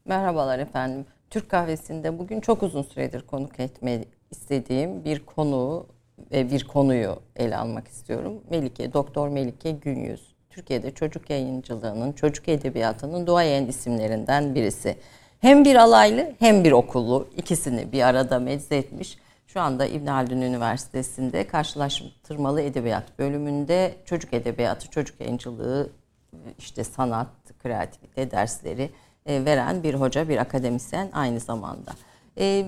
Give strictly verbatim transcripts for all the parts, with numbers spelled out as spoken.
Merhabalar efendim. Türk Kahvesi'nde bugün çok uzun süredir konuk etmek istediğim bir konu ve bir konuyu ele almak istiyorum. Melike, Doktor Melike Günyüz. Türkiye'de çocuk yayıncılığının, çocuk edebiyatının duayen isimlerinden birisi. Hem bir alaylı hem bir okullu, ikisini bir arada meczetmiş. Şu anda İbn Haldun Üniversitesi'nde karşılaştırmalı edebiyat bölümünde çocuk edebiyatı, çocuk yayıncılığı, işte sanat, kreativite dersleri veren bir hoca, bir akademisyen aynı zamanda. Ee,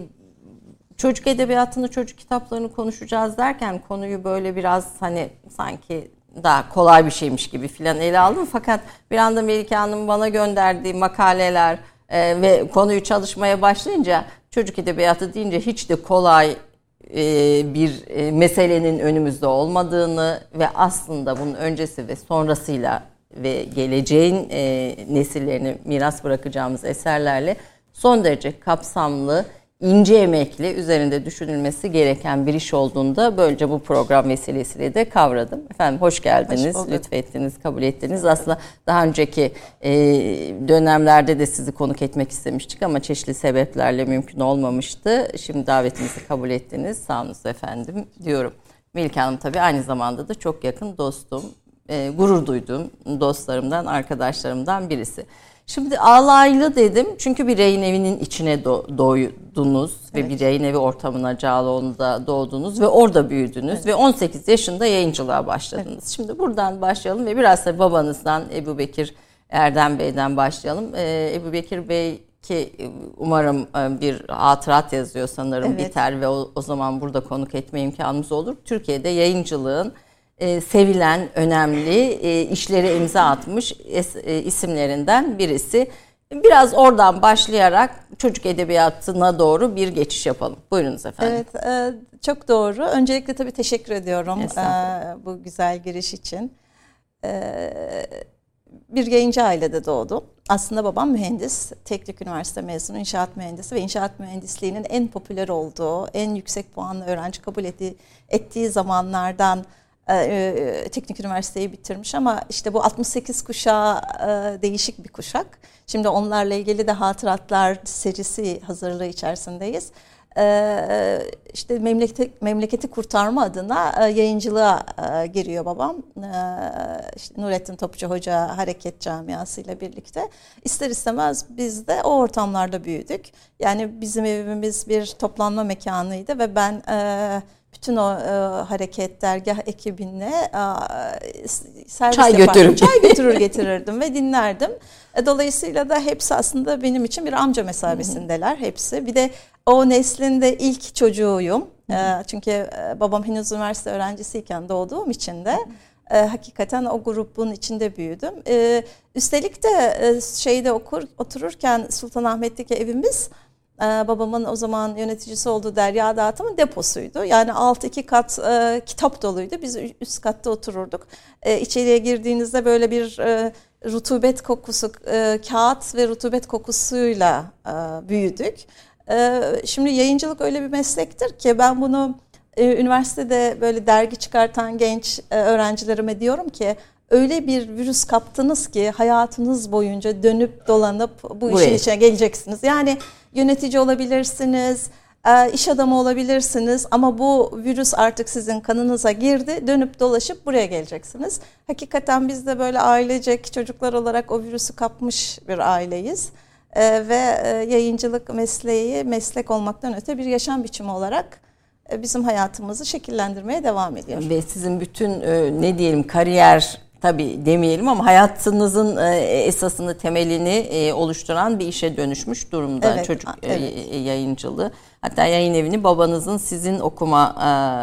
çocuk edebiyatını, çocuk kitaplarını konuşacağız derken konuyu böyle biraz hani sanki daha kolay bir şeymiş gibi filan ele aldım. Fakat bir anda Melike Hanım bana gönderdiği makaleler e, ve konuyu çalışmaya başlayınca çocuk edebiyatı deyince hiç de kolay e, bir e, meselenin önümüzde olmadığını ve aslında bunun öncesi ve sonrasıyla ve geleceğin e, nesillerine miras bırakacağımız eserlerle son derece kapsamlı, ince emekli, üzerinde düşünülmesi gereken bir iş olduğunda böylece bu program vesilesiyle de kavradım. Efendim hoş geldiniz, hoş lütfettiniz, kabul ettiniz. Aslında daha önceki e, dönemlerde de sizi konuk etmek istemiştik ama çeşitli sebeplerle mümkün olmamıştı. Şimdi davetimizi kabul ettiniz, sağ olun efendim diyorum. Melike Hanım tabii aynı zamanda da çok yakın dostum. E, gurur duyduğum dostlarımdan, arkadaşlarımdan birisi. Şimdi alaylı dedim çünkü bir yayın evinin içine do- doğdunuz evet. Ve bir yayın evi ortamına, Cağaloğlu'nda doğdunuz ve orada büyüdünüz evet. Ve on sekiz yaşında yayıncılığa başladınız. Evet. Şimdi buradan başlayalım ve biraz da babanızdan Ebu Bekir Erdem Bey'den başlayalım. E, Ebu Bekir Bey ki umarım bir hatırat yazıyor sanırım evet. Biter ve o, o zaman burada konuk etme imkanımız olur. Türkiye'de yayıncılığın E, sevilen, önemli e, işlere imza atmış es, e, isimlerinden birisi. Biraz oradan başlayarak çocuk edebiyatına doğru bir geçiş yapalım. Buyurunuz efendim. Evet, e, çok doğru. Öncelikle tabii teşekkür ediyorum e, bu güzel giriş için. E, bir yayıncı ailede doğdum. Aslında babam mühendis, teknik üniversite mezunu, inşaat mühendisi ve inşaat mühendisliğinin en popüler olduğu, en yüksek puanlı öğrenci kabul ettiği, ettiği zamanlardan teknik üniversiteyi bitirmiş ama işte bu altmış sekiz kuşağı değişik bir kuşak. Şimdi onlarla ilgili de hatıratlar serisi hazırlığı içerisindeyiz. İşte memleketi, memleketi kurtarma adına yayıncılığa giriyor babam. İşte Nurettin Topçu Hoca Hareket Camiası ile birlikte. İster istemez biz de o ortamlarda büyüdük. Yani bizim evimiz bir toplanma mekanıydı ve ben bütün o e, hareket dergah ekibine e, servis çay yapardım. götürür. Çay götürür getirirdim ve dinlerdim. E, dolayısıyla da hepsi aslında benim için bir amca mesabesindeler hepsi. Bir de o neslin de ilk çocuğuyum. E, çünkü e, babam henüz üniversite öğrencisiyken doğduğum için de e, hakikaten o grubun içinde büyüdüm. E, üstelik de e, şeyde okur otururken Sultanahmet'teki evimiz babamın o zaman yöneticisi olduğu Derya Dağıtım'ın deposuydu. Yani alt iki kat e, kitap doluydu. Biz üst katta otururduk. E, içeriye girdiğinizde böyle bir e, rutubet kokusu, e, kağıt ve rutubet kokusuyla e, büyüdük. E, şimdi yayıncılık öyle bir meslektir ki ben bunu e, üniversitede böyle dergi çıkartan genç e, öğrencilerime diyorum ki öyle bir virüs kaptınız ki hayatınız boyunca dönüp dolanıp bu Buraya. işin içine geleceksiniz. Yani yönetici olabilirsiniz, iş adamı olabilirsiniz ama bu virüs artık sizin kanınıza girdi. Dönüp dolaşıp buraya geleceksiniz. Hakikaten biz de böyle ailecek çocuklar olarak o virüsü kapmış bir aileyiz. Ve yayıncılık mesleği meslek olmaktan öte bir yaşam biçimi olarak bizim hayatımızı şekillendirmeye devam ediyor. Ve sizin bütün ne diyelim kariyer tabii demeyelim ama hayatınızın esasını, temelini oluşturan bir işe dönüşmüş durumda evet, çocuk evet. yayıncılığı. Hatta yayın evini babanızın sizin okuma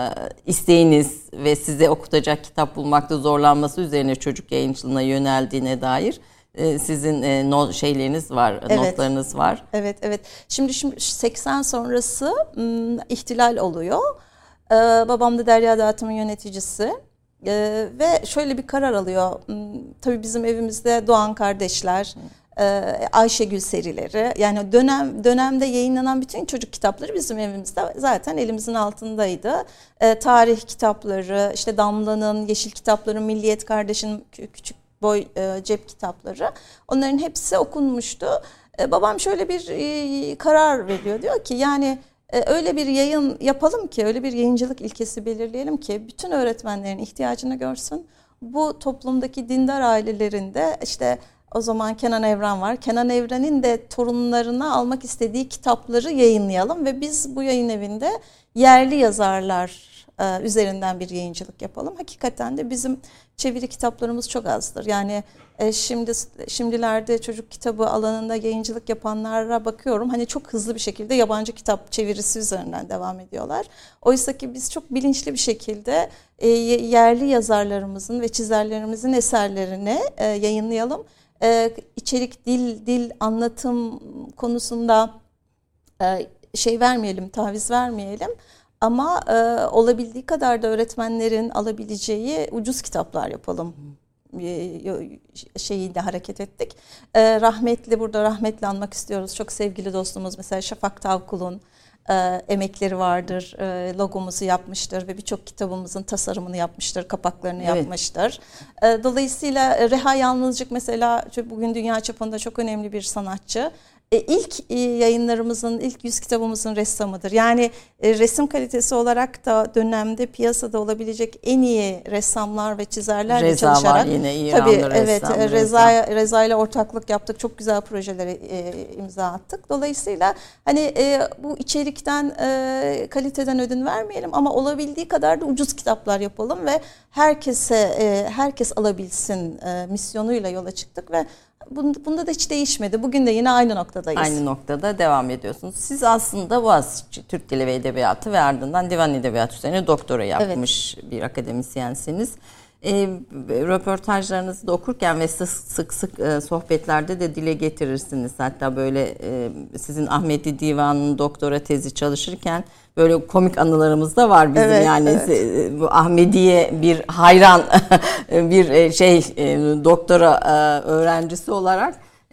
isteğiniz ve size okutacak kitap bulmakta zorlanması üzerine çocuk yayıncılığına yöneldiğine dair sizin not şeyleriniz var, evet. notlarınız var. Evet, evet. Şimdi, şimdi seksen sonrası ihtilal oluyor. Babam da Derya Dağıtım'ın yöneticisi. Ee, ve şöyle bir karar alıyor. Tabii bizim evimizde Doğan Kardeşler, e, Ayşegül serileri, yani dönem dönemde yayınlanan bütün çocuk kitapları bizim evimizde zaten elimizin altındaydı. E, tarih kitapları, işte Damla'nın, Yeşil kitapları, Milliyet Kardeş'in küçük boy e, cep kitapları, onların hepsi okunmuştu. E, babam şöyle bir e, karar veriyor. Diyor ki yani e, öyle bir yayın yapalım ki, öyle bir yayıncılık ilkesi belirleyelim ki bütün öğretmenlerin ihtiyacını görsün. Bu toplumdaki dindar ailelerinde işte o zaman Kenan Evren var. Kenan Evren'in de torunlarına almak istediği kitapları yayınlayalım ve biz bu yayın evinde yerli yazarlar üzerinden bir yayıncılık yapalım. Hakikaten de bizim çeviri kitaplarımız çok azdır. Yani şimdi şimdilerde çocuk kitabı alanında yayıncılık yapanlara bakıyorum. Hani çok hızlı bir şekilde yabancı kitap çevirisi üzerinden devam ediyorlar. Oysa ki biz çok bilinçli bir şekilde yerli yazarlarımızın ve çizerlerimizin eserlerini yayınlayalım. İçerik, dil, dil, anlatım konusunda şey vermeyelim, taviz vermeyelim. Ama e, olabildiği kadar da öğretmenlerin alabileceği ucuz kitaplar yapalım e, şeyiyle hareket ettik. E, rahmetli, burada rahmetli anmak istiyoruz. Çok sevgili dostumuz mesela Şafak Tavkul'un e, emekleri vardır. E, logomuzu yapmıştır ve birçok kitabımızın tasarımını yapmıştır, kapaklarını evet. yapmıştır. E, dolayısıyla Reha Yalnızcık mesela bugün dünya çapında çok önemli bir sanatçı. E, ilk e, yayınlarımızın, ilk yüz kitabımızın ressamıdır. Yani e, resim kalitesi olarak da dönemde piyasada olabilecek en iyi ressamlar ve çizerlerle Reza çalışarak. Var yine İranlı tabii, ressam. Evet, Reza, Reza ile ortaklık yaptık. Çok güzel projelere e, imza attık. Dolayısıyla hani e, bu içerikten, e, kaliteden ödün vermeyelim ama olabildiği kadar da ucuz kitaplar yapalım ve herkese, e, herkes alabilsin e, misyonuyla yola çıktık ve bunda da hiç değişmedi. Bugün de yine aynı noktadayız. Aynı noktada devam ediyorsunuz. Siz aslında Boğaziçi Türk Dili ve Edebiyatı ve ardından Divan Edebiyatı üzerine doktora yapmış evet. bir akademisyensiniz. E, röportajlarınızı da okurken ve sık sık, sık e, sohbetlerde de dile getirirsiniz. Hatta böyle e, sizin Ahmedi Divan'ın doktora tezi çalışırken böyle komik anılarımız da var bizim evet, yani evet. bu Ahmediye bir hayran bir şey doktora öğrencisi olarak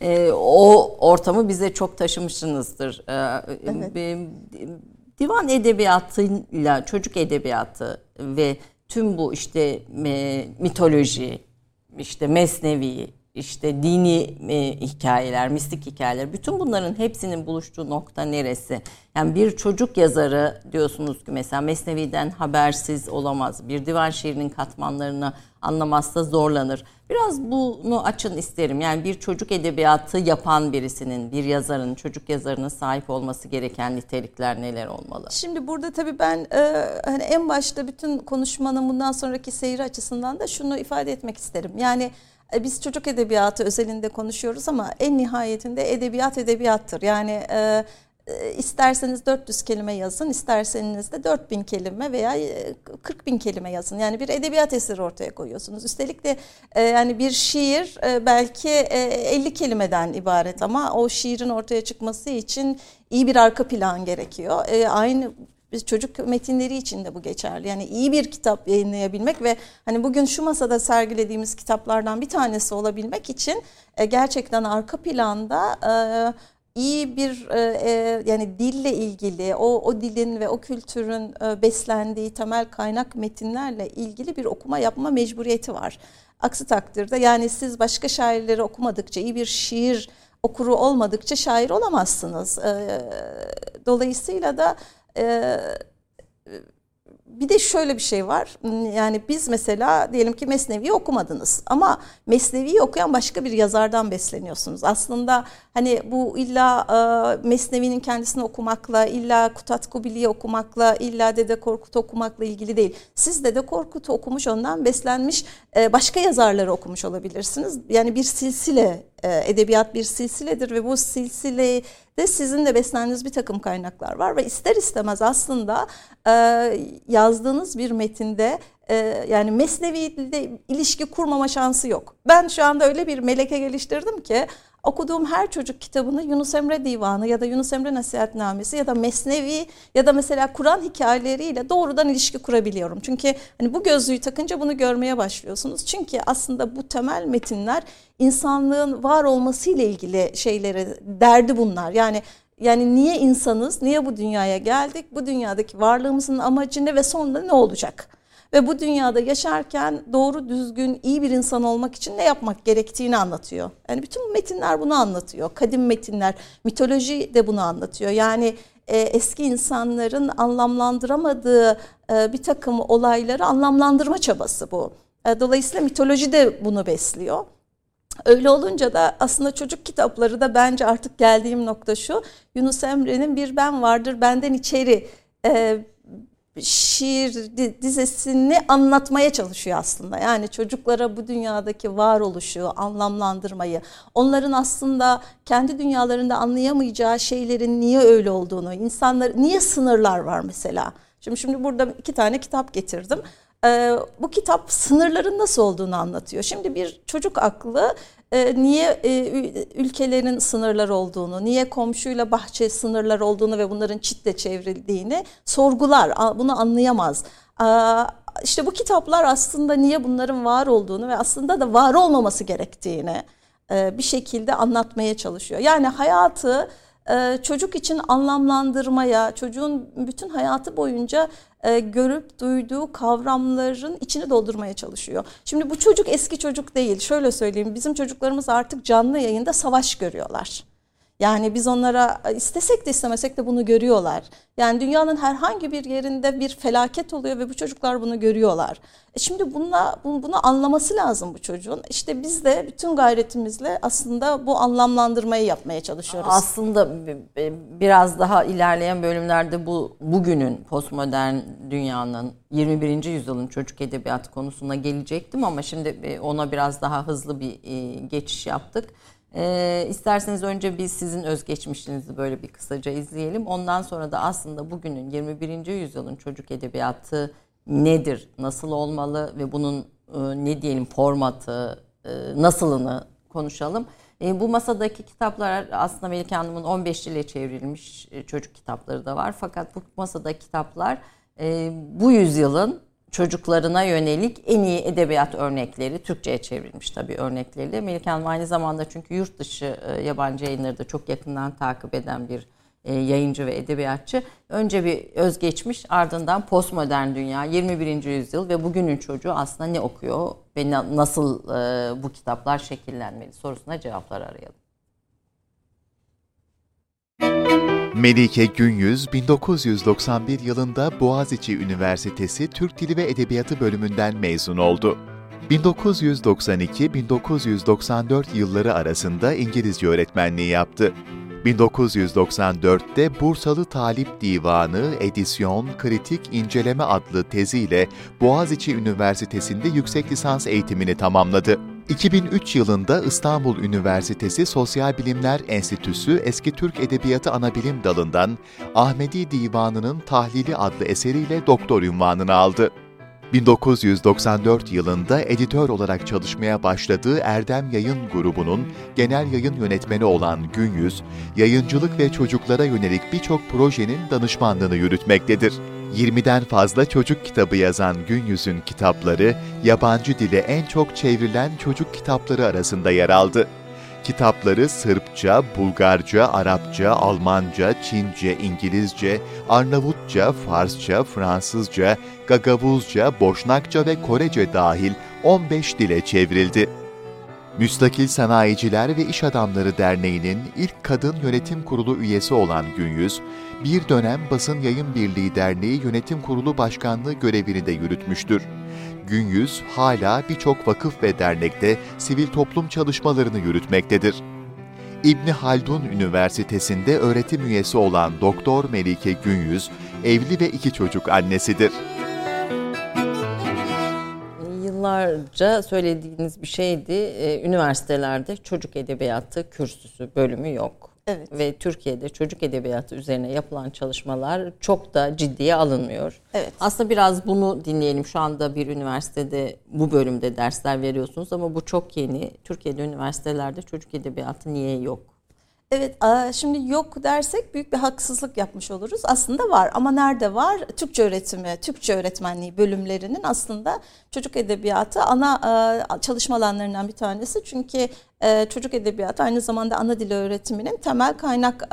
o ortamı bize çok taşımışsınızdır. Evet. Divan edebiyatıyla çocuk edebiyatı ve tüm bu işte mitoloji, işte mesnevi, işte dini e, hikayeler, mistik hikayeler, bütün bunların hepsinin buluştuğu nokta neresi? Yani bir çocuk yazarı diyorsunuz ki mesela Mesnevi'den habersiz olamaz. Bir divan şiirinin katmanlarını anlamazsa zorlanır. Biraz bunu açın isterim. Yani bir çocuk edebiyatı yapan birisinin, bir yazarın, çocuk yazarının sahip olması gereken nitelikler neler olmalı? Şimdi burada tabii ben e, hani en başta bütün konuşmanın bundan sonraki seyri açısından da şunu ifade etmek isterim. Yani biz çocuk edebiyatı özelinde konuşuyoruz ama en nihayetinde edebiyat edebiyattır. Yani e, isterseniz dört yüz kelime yazın, isterseniz de dört bin kelime veya kırk bin kelime yazın. Yani bir edebiyat eseri ortaya koyuyorsunuz. Üstelik de e, yani bir şiir e, belki e, elli kelimeden ibaret ama o şiirin ortaya çıkması için iyi bir arka plan gerekiyor. E, aynı Biz çocuk metinleri için de bu geçerli. Yani iyi bir kitap yayınlayabilmek ve hani bugün şu masada sergilediğimiz kitaplardan bir tanesi olabilmek için e, gerçekten arka planda e, iyi bir e, yani dille ilgili o o dilin ve o kültürün e, beslendiği temel kaynak metinlerle ilgili bir okuma yapma mecburiyeti var. Aksi takdirde yani siz başka şairleri okumadıkça, iyi bir şiir okuru olmadıkça şair olamazsınız. E, dolayısıyla da Ee, bir de şöyle bir şey var. Yani biz mesela diyelim ki Mesnevi'yi okumadınız ama Mesnevi'yi okuyan başka bir yazardan besleniyorsunuz. Aslında hani bu illa e, Mesnevi'nin kendisini okumakla, illa Kutat Kubili'yi okumakla, illa Dede Korkut'u okumakla ilgili değil. Siz Dede Korkut'u okumuş, ondan beslenmiş e, başka yazarları okumuş olabilirsiniz. Yani bir silsile, e, edebiyat bir silsiledir ve bu silsileyi de sizin de beslendiğiniz bir takım kaynaklar var ve ister istemez aslında e, yazdığınız bir metinde e, yani Mesnevi ile ilişki kurmama şansı yok. Ben şu anda öyle bir meleke geliştirdim ki okuduğum her çocuk kitabını Yunus Emre Divanı ya da Yunus Emre Nasihatnamesi ya da Mesnevi ya da mesela Kur'an hikayeleriyle doğrudan ilişki kurabiliyorum. Çünkü hani bu gözlüğü takınca bunu görmeye başlıyorsunuz. Çünkü aslında bu temel metinler insanlığın var olmasıyla ilgili şeyleri, derdi bunlar. Yani yani niye insanız, niye bu dünyaya geldik, bu dünyadaki varlığımızın amacı ne ve sonra ne olacak? ve bu dünyada yaşarken doğru düzgün iyi bir insan olmak için ne yapmak gerektiğini anlatıyor. Yani bütün metinler bunu anlatıyor. Kadim metinler, mitoloji de bunu anlatıyor. Yani e, eski insanların anlamlandıramadığı e, bir takım olayları anlamlandırma çabası bu. E, dolayısıyla mitoloji de bunu besliyor. Öyle olunca da aslında çocuk kitapları da bence artık geldiğim nokta şu. Yunus Emre'nin Bir Ben Vardır Benden İçeri e, şiir dizesini anlatmaya çalışıyor aslında. Yani çocuklara bu dünyadaki varoluşu, anlamlandırmayı, onların aslında kendi dünyalarında anlayamayacağı şeylerin niye öyle olduğunu, insanlar niye sınırlar var mesela. Şimdi şimdi burada iki tane kitap getirdim. Ee, bu kitap sınırların nasıl olduğunu anlatıyor. Şimdi bir çocuk aklı e, niye e, ülkelerin sınırlar olduğunu, niye komşuyla bahçe sınırlar olduğunu ve bunların çitle çevrildiğini sorgular, bunu anlayamaz. Ee, işte bu kitaplar aslında niye bunların var olduğunu ve aslında da var olmaması gerektiğini e, bir şekilde anlatmaya çalışıyor. Yani hayatı e, çocuk için anlamlandırmaya, çocuğun bütün hayatı boyunca e, görüp duyduğu kavramların içini doldurmaya çalışıyor. Şimdi bu çocuk eski çocuk değil. Şöyle söyleyeyim, bizim çocuklarımız artık canlı yayında savaş görüyorlar. Yani biz onlara istesek de istemesek de bunu görüyorlar. Yani dünyanın herhangi bir yerinde bir felaket oluyor ve bu çocuklar bunu görüyorlar. E şimdi bununla, bunu anlaması lazım bu çocuğun. İşte biz de bütün gayretimizle aslında bu anlamlandırmayı yapmaya çalışıyoruz. Aslında biraz daha ilerleyen bölümlerde bu bugünün postmodern dünyanın yirmi birinci yüzyılın çocuk edebiyatı konusuna gelecektim ama şimdi ona biraz daha hızlı bir geçiş yaptık. Ee, isterseniz önce biz sizin özgeçmişinizi böyle bir kısaca izleyelim. Ondan sonra da aslında bugünün yirmi birinci yüzyılın çocuk edebiyatı nedir, nasıl olmalı ve bunun e, ne diyelim formatı, e, nasılını konuşalım. E, bu masadaki kitaplar aslında Melike Hanım'ın on beş dile çevrilmiş e, çocuk kitapları da var. Fakat bu masadaki kitaplar e, bu yüzyılın çocuklarına yönelik en iyi edebiyat örnekleri, Türkçe'ye çevrilmiş tabii örnekleriyle. Melike Hanım aynı zamanda çünkü yurt dışı e, yabancı yayınları da çok yakından takip eden bir e, yayıncı ve edebiyatçı. Önce bir özgeçmiş, ardından postmodern dünya, yirmi birinci yüzyıl ve bugünün çocuğu aslında ne okuyor ve na, nasıl e, bu kitaplar şekillenmeli sorusuna cevaplar arayalım. Melike Günyüz, bin dokuz yüz doksan bir yılında Boğaziçi Üniversitesi Türk Dili ve Edebiyatı bölümünden mezun oldu. bin dokuz yüz doksan iki - bin dokuz yüz doksan dört yılları arasında İngilizce öğretmenliği yaptı. bin dokuz yüz doksan dörtte Bursalı Talip Divanı, Edisyon, Kritik, İnceleme adlı teziyle Boğaziçi Üniversitesi'nde yüksek lisans eğitimini tamamladı. iki bin üç yılında İstanbul Üniversitesi Sosyal Bilimler Enstitüsü Eski Türk Edebiyatı Anabilim Dalı'ndan Ahmedi Divanı'nın Tahlili adlı eseriyle doktor unvanını aldı. bin dokuz yüz doksan dört yılında editör olarak çalışmaya başladığı Erdem Yayın Grubu'nun genel yayın yönetmeni olan Günyüz, yayıncılık ve çocuklara yönelik birçok projenin danışmanlığını yürütmektedir. yirmiden fazla çocuk kitabı yazan Günyüz'ün kitapları, yabancı dile en çok çevrilen çocuk kitapları arasında yer aldı. Kitapları Sırpça, Bulgarca, Arapça, Almanca, Çince, İngilizce, Arnavutça, Farsça, Fransızca, Gagavuzca, Boşnakça ve Korece dahil on beş dile çevrildi. Müstakil Sanayiciler ve İş Adamları Derneği'nin ilk kadın yönetim kurulu üyesi olan Günyüz, bir dönem Basın Yayın Birliği Derneği Yönetim Kurulu Başkanlığı görevini de yürütmüştür. Günyüz hala birçok vakıf ve dernekte sivil toplum çalışmalarını yürütmektedir. İbni Haldun Üniversitesi'nde öğretim üyesi olan Doktor Melike Günyüz, evli ve iki çocuk annesidir. Yıllarca söylediğiniz bir şeydi. Ee, üniversitelerde çocuk edebiyatı kürsüsü bölümü yok. Evet. Ve Türkiye'de çocuk edebiyatı üzerine yapılan çalışmalar çok da ciddiye alınmıyor. Evet. Aslında biraz bunu dinleyelim. Şu anda bir üniversitede bu bölümde dersler veriyorsunuz ama bu çok yeni. Türkiye'de üniversitelerde çocuk edebiyatı niye yok? Evet, şimdi yok dersek büyük bir haksızlık yapmış oluruz. Aslında var ama nerede var? Türkçe öğretimi, Türkçe öğretmenliği bölümlerinin aslında çocuk edebiyatı ana çalışma alanlarından bir tanesi. Çünkü çocuk edebiyatı aynı zamanda ana dil öğretiminin temel kaynak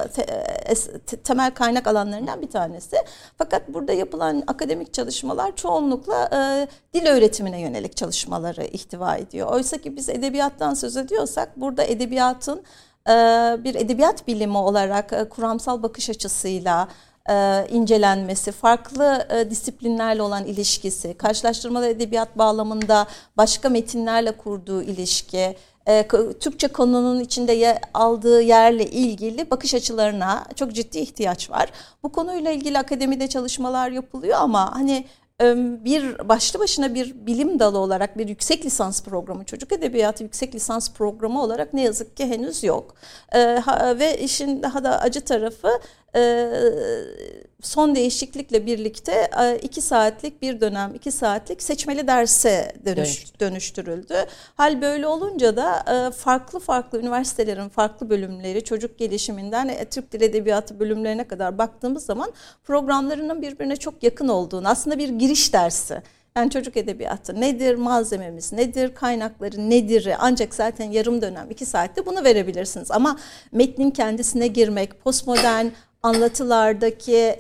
temel kaynak alanlarından bir tanesi. Fakat burada yapılan akademik çalışmalar çoğunlukla dil öğretimine yönelik çalışmaları ihtiva ediyor. Oysa ki biz edebiyattan söz ediyorsak burada edebiyatın bir edebiyat bilimi olarak kuramsal bakış açısıyla incelenmesi, farklı disiplinlerle olan ilişkisi, karşılaştırmalı edebiyat bağlamında başka metinlerle kurduğu ilişki, Türkçe konunun içinde aldığı yerle ilgili bakış açılarına çok ciddi ihtiyaç var. Bu konuyla ilgili akademide çalışmalar yapılıyor ama hani bir başlı başına bir bilim dalı olarak bir yüksek lisans programı, çocuk edebiyatı yüksek lisans programı olarak ne yazık ki henüz yok. Ee, ve işin daha da acı tarafı e, son değişiklikle birlikte e, iki saatlik bir dönem, iki saatlik seçmeli derse dönüş, dönüştürüldü. Hal böyle olunca da e, farklı farklı üniversitelerin farklı bölümleri, çocuk gelişiminden e, Türk Dil Edebiyatı bölümlerine kadar baktığımız zaman programlarının birbirine çok yakın olduğunu, aslında bir giriş dersi. Yani çocuk edebiyatı nedir, malzememiz nedir, kaynakları nedir, ancak zaten yarım dönem iki saatte bunu verebilirsiniz. Ama metnin kendisine girmek, postmodern anlatılardaki e,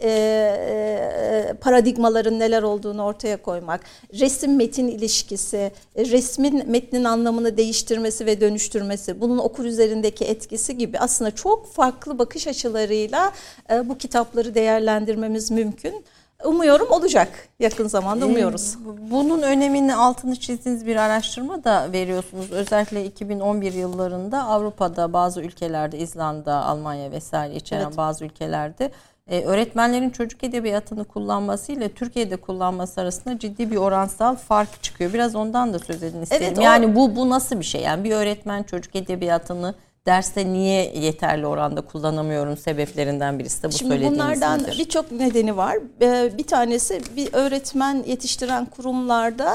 e, paradigmaların neler olduğunu ortaya koymak, resim-metin ilişkisi, resmin metnin anlamını değiştirmesi ve dönüştürmesi, bunun okur üzerindeki etkisi gibi aslında çok farklı bakış açılarıyla e, bu kitapları değerlendirmemiz mümkün. Umuyorum olacak yakın zamanda, umuyoruz. Bunun önemini altını çizdiğiniz bir araştırma da veriyorsunuz. Özellikle iki bin on bir yıllarında Avrupa'da bazı ülkelerde, İzlanda, Almanya vesaire içeren evet. bazı ülkelerde e, öğretmenlerin çocuk edebiyatını kullanması ile Türkiye'de kullanması arasında ciddi bir oransal fark çıkıyor. Biraz ondan da söz edin isterim. Evet, o... Yani bu bu nasıl bir şey? Yani bir öğretmen çocuk edebiyatını derste niye yeterli oranda kullanamıyorum sebeplerinden birisi de bu söylediğiniz Şimdi bunlardan nedir? Birçok nedeni var. Bir tanesi bir öğretmen yetiştiren kurumlarda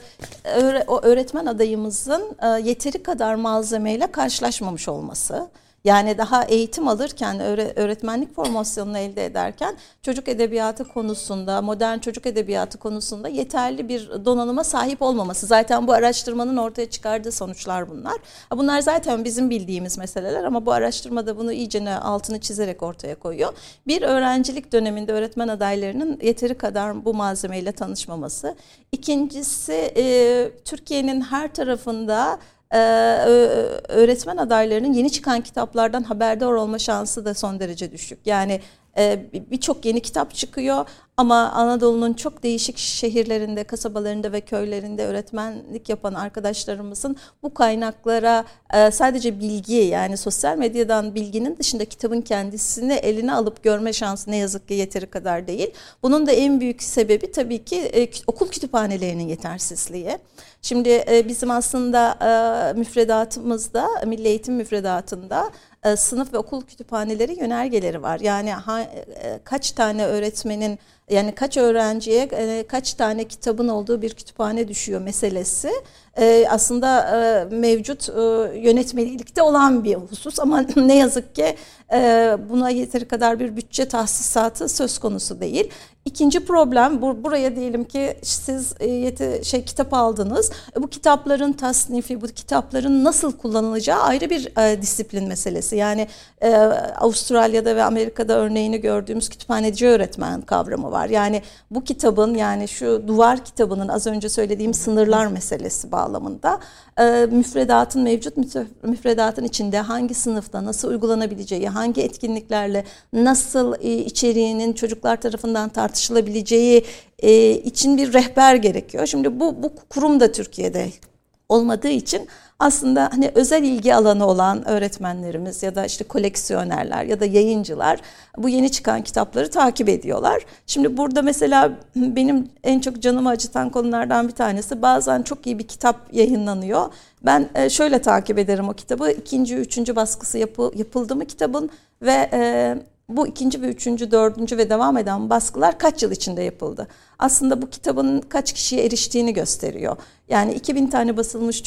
o öğretmen adayımızın yeteri kadar malzemeyle karşılaşmamış olması. Yani daha eğitim alırken, öğretmenlik formasyonunu elde ederken çocuk edebiyatı konusunda, modern çocuk edebiyatı konusunda yeterli bir donanıma sahip olmaması. Zaten bu araştırmanın ortaya çıkardığı sonuçlar bunlar. Bunlar zaten bizim bildiğimiz meseleler ama bu araştırmada bunu iyice altını çizerek ortaya koyuyor. Bir, öğrencilik döneminde öğretmen adaylarının yeteri kadar bu malzemeyle tanışmaması. İkincisi, Türkiye'nin her tarafında öğretmen adaylarının yeni çıkan kitaplardan haberdar olma şansı da son derece düşük. Yani birçok yeni kitap çıkıyor ama Anadolu'nun çok değişik şehirlerinde, kasabalarında ve köylerinde öğretmenlik yapan arkadaşlarımızın bu kaynaklara sadece bilgi, yani sosyal medyadan bilginin dışında kitabın kendisini eline alıp görme şansı ne yazık ki yeteri kadar değil. Bunun da en büyük sebebi tabii ki okul kütüphanelerinin yetersizliği. Şimdi bizim aslında müfredatımızda, Milli Eğitim müfredatında sınıf ve okul kütüphaneleri yönergeleri var. Yani ha, kaç tane öğretmenin, yani kaç öğrenciye kaç tane kitabın olduğu bir kütüphane düşüyor meselesi aslında mevcut yönetmelikte olan bir husus ama ne yazık ki buna yeteri kadar bir bütçe tahsisatı söz konusu değil. İkinci problem, bu, buraya diyelim ki siz yeti, şey kitap aldınız. Bu kitapların tasnifi, bu kitapların nasıl kullanılacağı ayrı bir e, disiplin meselesi. Yani e, Avustralya'da ve Amerika'da örneğini gördüğümüz kütüphaneci öğretmen kavramı var. Yani bu kitabın, yani şu duvar kitabının az önce söylediğim sınırlar meselesi bağlamında e, müfredatın, mevcut müfredatın içinde hangi sınıfta nasıl uygulanabileceği, hangi etkinliklerle nasıl e, içeriğinin çocuklar tarafından tartışılabileceği e, için bir rehber gerekiyor. Şimdi bu bu kurum da Türkiye'de olmadığı için aslında hani özel ilgi alanı olan öğretmenlerimiz ya da işte koleksiyonerler ya da yayıncılar bu yeni çıkan kitapları takip ediyorlar. Şimdi burada mesela benim en çok canımı acıtan konulardan bir tanesi, bazen çok iyi bir kitap yayınlanıyor. Ben şöyle takip ederim o kitabı. İkinci, üçüncü baskısı yapı, yapıldı mı kitabın ve e, bu ikinci ve üçüncü, dördüncü ve devam eden baskılar kaç yıl içinde yapıldı? Aslında bu kitabın kaç kişiye eriştiğini gösteriyor. Yani iki bin tane basılmış çok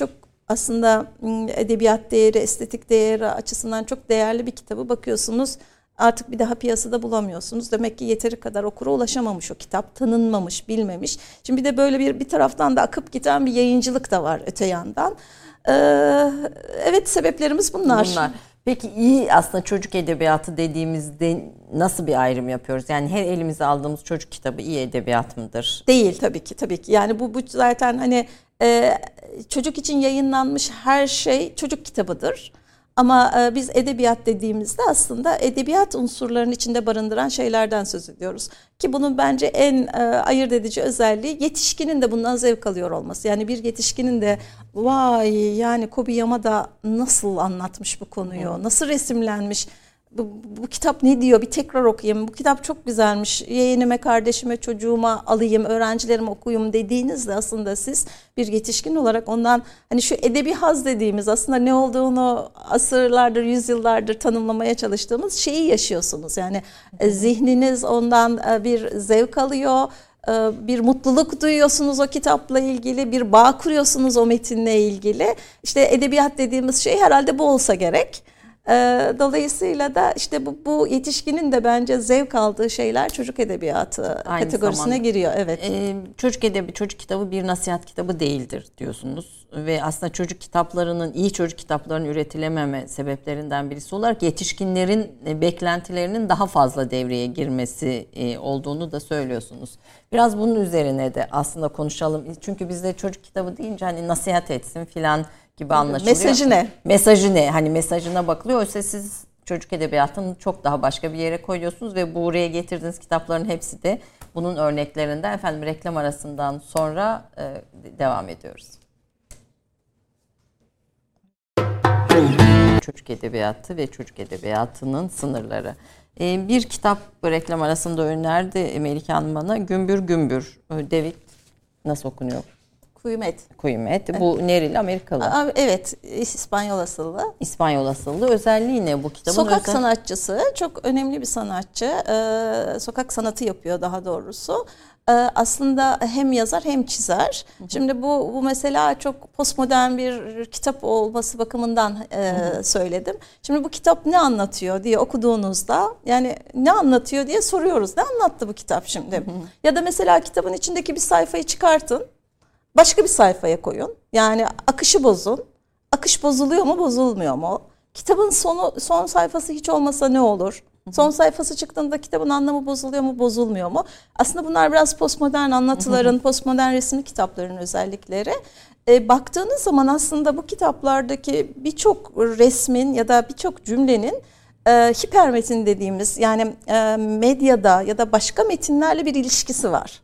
aslında edebiyat değeri, estetik değeri açısından çok değerli bir kitabı bakıyorsunuz artık bir daha piyasada bulamıyorsunuz. Demek ki yeteri kadar okura ulaşamamış o kitap, tanınmamış, bilmemiş. Şimdi bir de böyle bir bir taraftan da akıp giden bir yayıncılık da var öte yandan. Ee, evet, sebeplerimiz bunlar. Bunlar. Peki iyi aslında çocuk edebiyatı dediğimizde nasıl bir ayrım yapıyoruz? Yani her elimize aldığımız çocuk kitabı iyi edebiyat mıdır? Değil tabii ki, tabii ki. Yani bu, bu zaten hani e, çocuk için yayınlanmış her şey çocuk kitabıdır. Ama e, biz edebiyat dediğimizde aslında edebiyat unsurlarının içinde barındıran şeylerden söz ediyoruz. Ki bunun bence en e, ayırt edici özelliği yetişkinin de bundan zevk alıyor olması. Yani bir yetişkinin de vay yani Kobi Yamada nasıl anlatmış bu konuyu, hmm. nasıl resimlenmiş, bu, bu kitap ne diyor bir tekrar okuyayım, bu kitap çok güzelmiş, yeğenime, kardeşime, çocuğuma alayım, öğrencilerime okuyayım dediğinizde aslında siz bir yetişkin olarak ondan hani şu edebi haz dediğimiz aslında ne olduğunu asırlardır, yüzyıllardır tanımlamaya çalıştığımız şeyi yaşıyorsunuz. Yani e, zihniniz ondan e, bir zevk alıyor, e, bir mutluluk duyuyorsunuz o kitapla ilgili, bir bağ kuruyorsunuz o metinle ilgili. İşte edebiyat dediğimiz şey herhalde bu olsa gerek. Dolayısıyla da işte bu, bu yetişkinin de bence zevk aldığı şeyler çocuk edebiyatı aynı kategorisine zamanda giriyor. Evet. Ee, çocuk edebi çocuk kitabı bir nasihat kitabı değildir diyorsunuz ve aslında çocuk kitaplarının iyi çocuk kitaplarının üretilememe sebeplerinden birisi olarak yetişkinlerin beklentilerinin daha fazla devreye girmesi olduğunu da söylüyorsunuz. Biraz bunun üzerine de aslında konuşalım. Çünkü bizde çocuk kitabı deyince hani nasihat etsin filan gibi anlaşılıyor. Mesajı ne? Mesajı ne? Hani mesajına bakılıyor. Oysa siz çocuk edebiyatını çok daha başka bir yere koyuyorsunuz ve buraya getirdiğiniz kitapların hepsi de bunun örneklerinden. Efendim reklam arasından sonra e, devam ediyoruz. Çocuk edebiyatı ve çocuk edebiyatının sınırları. E, bir kitap reklam arasında önerdi Melike Hanım bana. Gümbür Gümbür. David nasıl okunuyor? Kıymet. Kıymet. Bu nereli? Amerikalı. Evet. İspanyol asıllı. İspanyol asıllı. Özelliği ne bu kitabın? Sokak özel... sanatçısı. Çok önemli bir sanatçı. Ee, sokak sanatı yapıyor daha doğrusu. Ee, aslında hem yazar hem çizer. Hı hı. Şimdi bu bu mesela çok postmodern bir kitap olması bakımından e, söyledim. Şimdi bu kitap ne anlatıyor diye okuduğunuzda yani ne anlatıyor diye soruyoruz. Ne anlattı bu kitap şimdi? Hı hı. Ya da mesela kitabın içindeki bir sayfayı çıkartın. Başka bir sayfaya koyun. Yani akışı bozun. Akış bozuluyor mu, bozulmuyor mu? Kitabın sonu, son sayfası hiç olmasa ne olur? Son sayfası çıktığında kitabın anlamı bozuluyor mu, bozulmuyor mu? Aslında bunlar biraz postmodern anlatıların, postmodern resimli kitapların özellikleri. E, baktığınız zaman aslında bu kitaplardaki birçok resmin ya da birçok cümlenin e, hipermetin dediğimiz yani e, medyada ya da başka metinlerle bir ilişkisi var.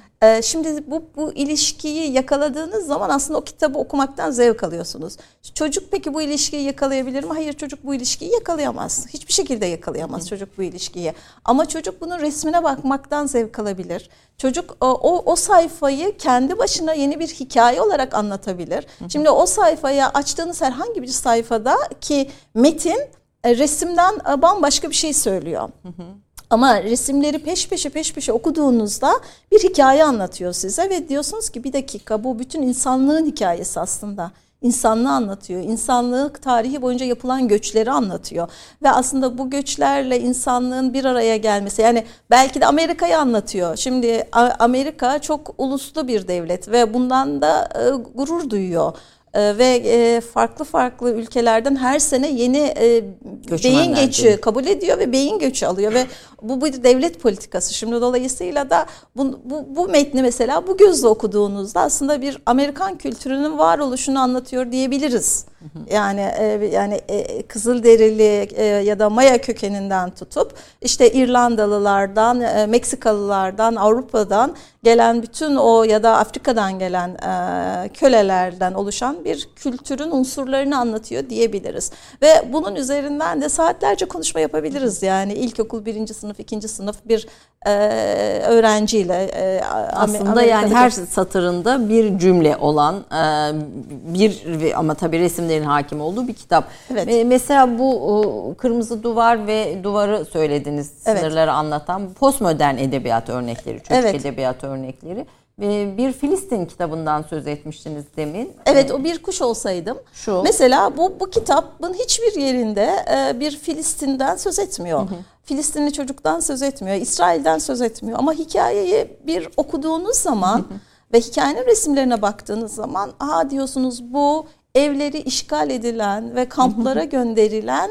Şimdi bu, bu ilişkiyi yakaladığınız zaman aslında o kitabı okumaktan zevk alıyorsunuz. Çocuk peki bu ilişkiyi yakalayabilir mi? Hayır, çocuk bu ilişkiyi yakalayamaz. Hiçbir şekilde yakalayamaz çocuk bu ilişkiyi. Ama çocuk bunun resmine bakmaktan zevk alabilir. Çocuk o, o sayfayı kendi başına yeni bir hikaye olarak anlatabilir. Şimdi o sayfaya açtığınız herhangi bir sayfada ki metin resimden bambaşka bir şey söylüyor. Hı hı. Ama resimleri peş peşe peş peşe okuduğunuzda bir hikaye anlatıyor size ve diyorsunuz ki bir dakika bu bütün insanlığın hikayesi aslında. İnsanlığı anlatıyor. İnsanlık tarihi boyunca yapılan göçleri anlatıyor. Ve aslında bu göçlerle insanlığın bir araya gelmesi yani belki de Amerika'yı anlatıyor. Şimdi Amerika çok uluslu bir devlet ve bundan da gurur duyuyor. Ve farklı farklı ülkelerden her sene yeni beyin göçü kabul ediyor ve beyin göçü alıyor ve bu bir devlet politikası. Şimdi dolayısıyla da bu, bu, bu metni mesela bu gözle okuduğunuzda aslında bir Amerikan kültürünün varoluşunu anlatıyor diyebiliriz. Yani yani Kızılderili ya da Maya kökeninden tutup işte İrlandalılardan, Meksikalılardan, Avrupa'dan gelen bütün o ya da Afrika'dan gelen kölelerden oluşan bir kültürün unsurlarını anlatıyor diyebiliriz. Ve bunun üzerinden de saatlerce konuşma yapabiliriz. Yani ilkokul birinci sınıf, ikinci sınıf bir öğrenciyle. Aslında Amerika'da yani her satırında bir cümle olan bir ama tabii resimlerin hakim olduğu bir kitap. Evet. Mesela bu Kırmızı Duvar ve Duvarı söylediniz, sınırları evet. anlatan postmodern edebiyat örnekleri, çocuk evet. edebiyat örnekleri. Bir Filistin kitabından söz etmiştiniz demin. Evet, o Bir Kuş Olsaydım. Şu. Mesela bu bu kitabın hiçbir yerinde bir Filistin'den söz etmiyor. Hı hı. Filistinli çocuktan söz etmiyor. İsrail'den söz etmiyor. Ama hikayeyi bir okuduğunuz zaman hı hı. ve hikayenin resimlerine baktığınız zaman aha diyorsunuz, bu evleri işgal edilen ve kamplara hı hı. gönderilen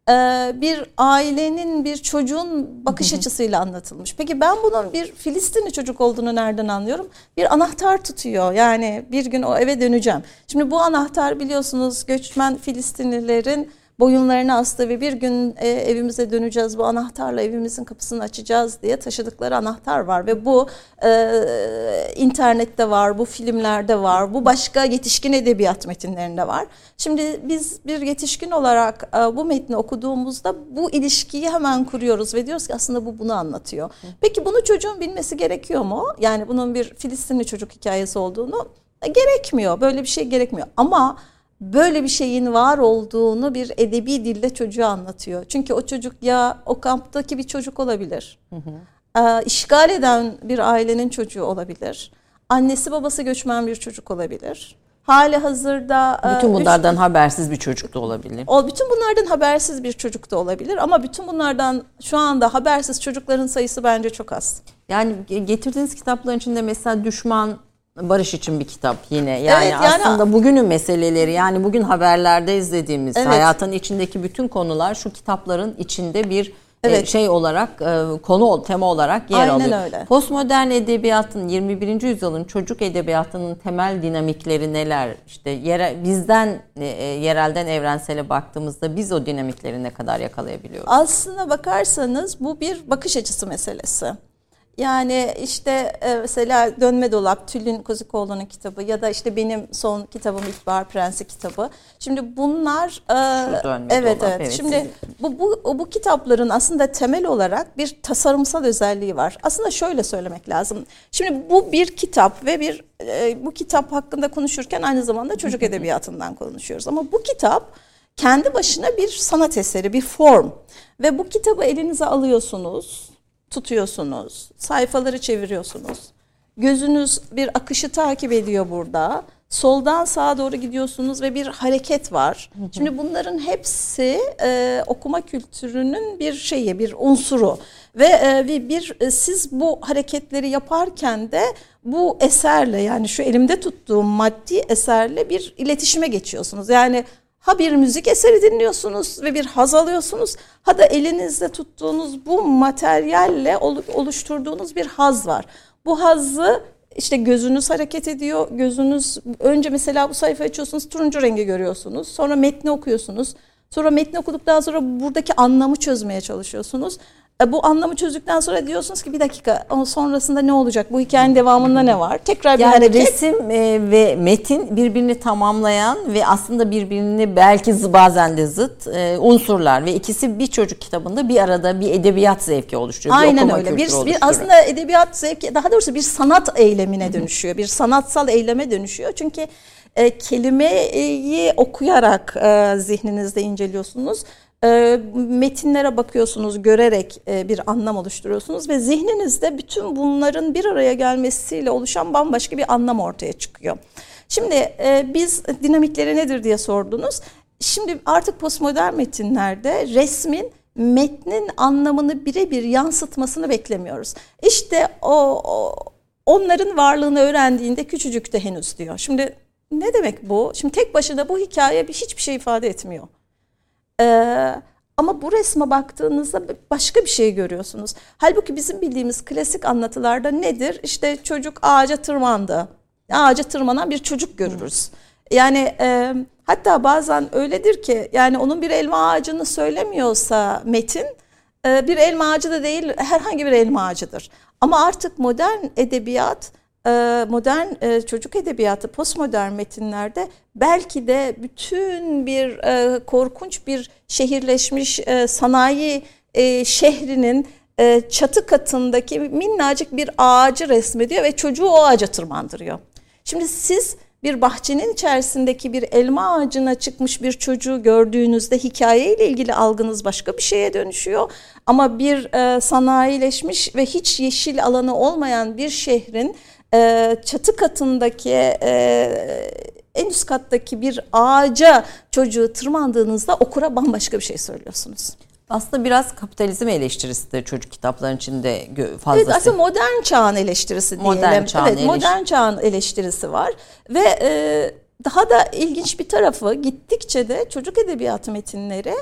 bir ailenin, bir çocuğun bakış açısıyla anlatılmış. Peki ben bunun bir Filistinli çocuk olduğunu nereden anlıyorum? Bir anahtar tutuyor. Yani bir gün o eve döneceğim. Şimdi bu anahtar biliyorsunuz göçmen Filistinlilerin boyunlarına astı ve bir gün e, evimize döneceğiz, bu anahtarla evimizin kapısını açacağız diye taşıdıkları anahtar var. Ve bu e, internette var, bu filmlerde var, bu başka yetişkin edebiyat metinlerinde var. Şimdi biz bir yetişkin olarak e, bu metni okuduğumuzda bu ilişkiyi hemen kuruyoruz ve diyoruz ki aslında bu bunu anlatıyor. Peki bunu çocuğun bilmesi gerekiyor mu? Yani bunun bir Filistinli çocuk hikayesi olduğunu e, gerekmiyor. Böyle bir şey gerekmiyor. Ama böyle bir şeyin var olduğunu bir edebi dille çocuğa anlatıyor. Çünkü o çocuk ya o kamptaki bir çocuk olabilir. Hı hı. E, işgal eden bir ailenin çocuğu olabilir. Annesi babası göçmen bir çocuk olabilir. Hali hazırda bütün bunlardan üç, habersiz bir çocuk da olabilir. O bütün bunlardan habersiz bir çocuk da olabilir ama bütün bunlardan şu anda habersiz çocukların sayısı bence çok az. Yani getirdiğiniz kitapların içinde mesela Düşman Barış için bir kitap yine. Yani, evet, yani aslında bugünün meseleleri, yani bugün haberlerde izlediğimiz evet. hayatın içindeki bütün konular şu kitapların içinde bir evet. şey olarak, konu tema olarak yer Aynen alıyor. Öyle. Postmodern edebiyatın, yirmi birinci yüzyılın çocuk edebiyatının temel dinamikleri neler? İşte yere, bizden yerelden evrensele baktığımızda biz o dinamikleri ne kadar yakalayabiliyoruz? Aslına bakarsanız bu bir bakış açısı meselesi. Yani işte mesela Dönme Dolap, Tülin Kozikoğlu'nun kitabı ya da işte benim son kitabım İlkbahar Prensi kitabı. Şimdi bunlar Şu Dönme evet, Dolap, evet evet. Şimdi bu bu bu kitapların aslında temel olarak bir tasarımsal özelliği var. Aslında şöyle söylemek lazım. Şimdi bu bir kitap ve bir bu kitap hakkında konuşurken aynı zamanda çocuk edebiyatından konuşuyoruz. Ama bu kitap kendi başına bir sanat eseri, bir form ve bu kitabı elinize alıyorsunuz. Tutuyorsunuz, sayfaları çeviriyorsunuz. Gözünüz bir akışı takip ediyor burada. Soldan sağa doğru gidiyorsunuz ve bir hareket var. Hı hı. Şimdi bunların hepsi e, okuma kültürünün bir şeyi, bir unsuru. Ve e, bir e, siz bu hareketleri yaparken de bu eserle, yani şu elimde tuttuğum maddi eserle bir iletişime geçiyorsunuz. Yani ha bir müzik eseri dinliyorsunuz ve bir haz alıyorsunuz, ha da elinizde tuttuğunuz bu materyalle oluşturduğunuz bir haz var. Bu hazzı işte gözünüz hareket ediyor. Gözünüz önce mesela bu sayfayı açıyorsunuz, turuncu rengi görüyorsunuz. Sonra metni okuyorsunuz. Sonra metni okuduktan sonra buradaki anlamı çözmeye çalışıyorsunuz. Bu anlamı çözdükten sonra diyorsunuz ki bir dakika, sonrasında ne olacak? Bu hikayenin devamında ne var? Tekrar bir yani hareket. Resim ve metin birbirini tamamlayan ve aslında birbirini belki bazen de zıt unsurlar ve ikisi bir çocuk kitabında bir arada bir edebiyat zevki oluşturuyor. Aynen bir öyle. Bir, bir aslında edebiyat zevki, daha doğrusu bir sanat eylemine dönüşüyor. Bir sanatsal eyleme dönüşüyor. Çünkü e, kelimeyi okuyarak e, zihninizde inceliyorsunuz. E, metinlere bakıyorsunuz, görerek e, bir anlam oluşturuyorsunuz ve zihninizde bütün bunların bir araya gelmesiyle oluşan bambaşka bir anlam ortaya çıkıyor. Şimdi e, biz dinamikleri nedir diye sordunuz. Şimdi artık postmodern metinlerde resmin metnin anlamını birebir yansıtmasını beklemiyoruz. İşte o, o onların varlığını öğrendiğinde küçücük de henüz diyor. Şimdi ne demek bu? Şimdi tek başına bu hikaye bir hiçbir şey ifade etmiyor. Ee, ama bu resme baktığınızda başka bir şey görüyorsunuz. Halbuki bizim bildiğimiz klasik anlatılarda nedir? İşte çocuk ağaca tırmandı. Ağaca tırmanan bir çocuk görürüz. Yani e, hatta bazen öyledir ki yani onun bir elma ağacını söylemiyorsa metin, e, bir elma ağacı da değil, herhangi bir elma ağacıdır. Ama artık modern edebiyat, modern çocuk edebiyatı, postmodern metinlerde belki de bütün bir korkunç bir şehirleşmiş sanayi şehrinin çatı katındaki minnacık bir ağacı resmediyor ve çocuğu o ağaca tırmandırıyor. Şimdi siz bir bahçenin içerisindeki bir elma ağacına çıkmış bir çocuğu gördüğünüzde hikayeyle ilgili algınız başka bir şeye dönüşüyor. Ama bir sanayileşmiş ve hiç yeşil alanı olmayan bir şehrin e, çatı katındaki e, en üst kattaki bir ağaca çocuğu tırmandığınızda okura bambaşka bir şey söylüyorsunuz. Aslında biraz kapitalizm eleştirisi de çocuk kitaplarının içinde fazlası. Evet, aslında modern çağın eleştirisi diyelim. Modern çağın, evet, eleş- modern çağın eleştirisi var ve e, daha da ilginç bir tarafı, gittikçe de çocuk edebiyatı metinleri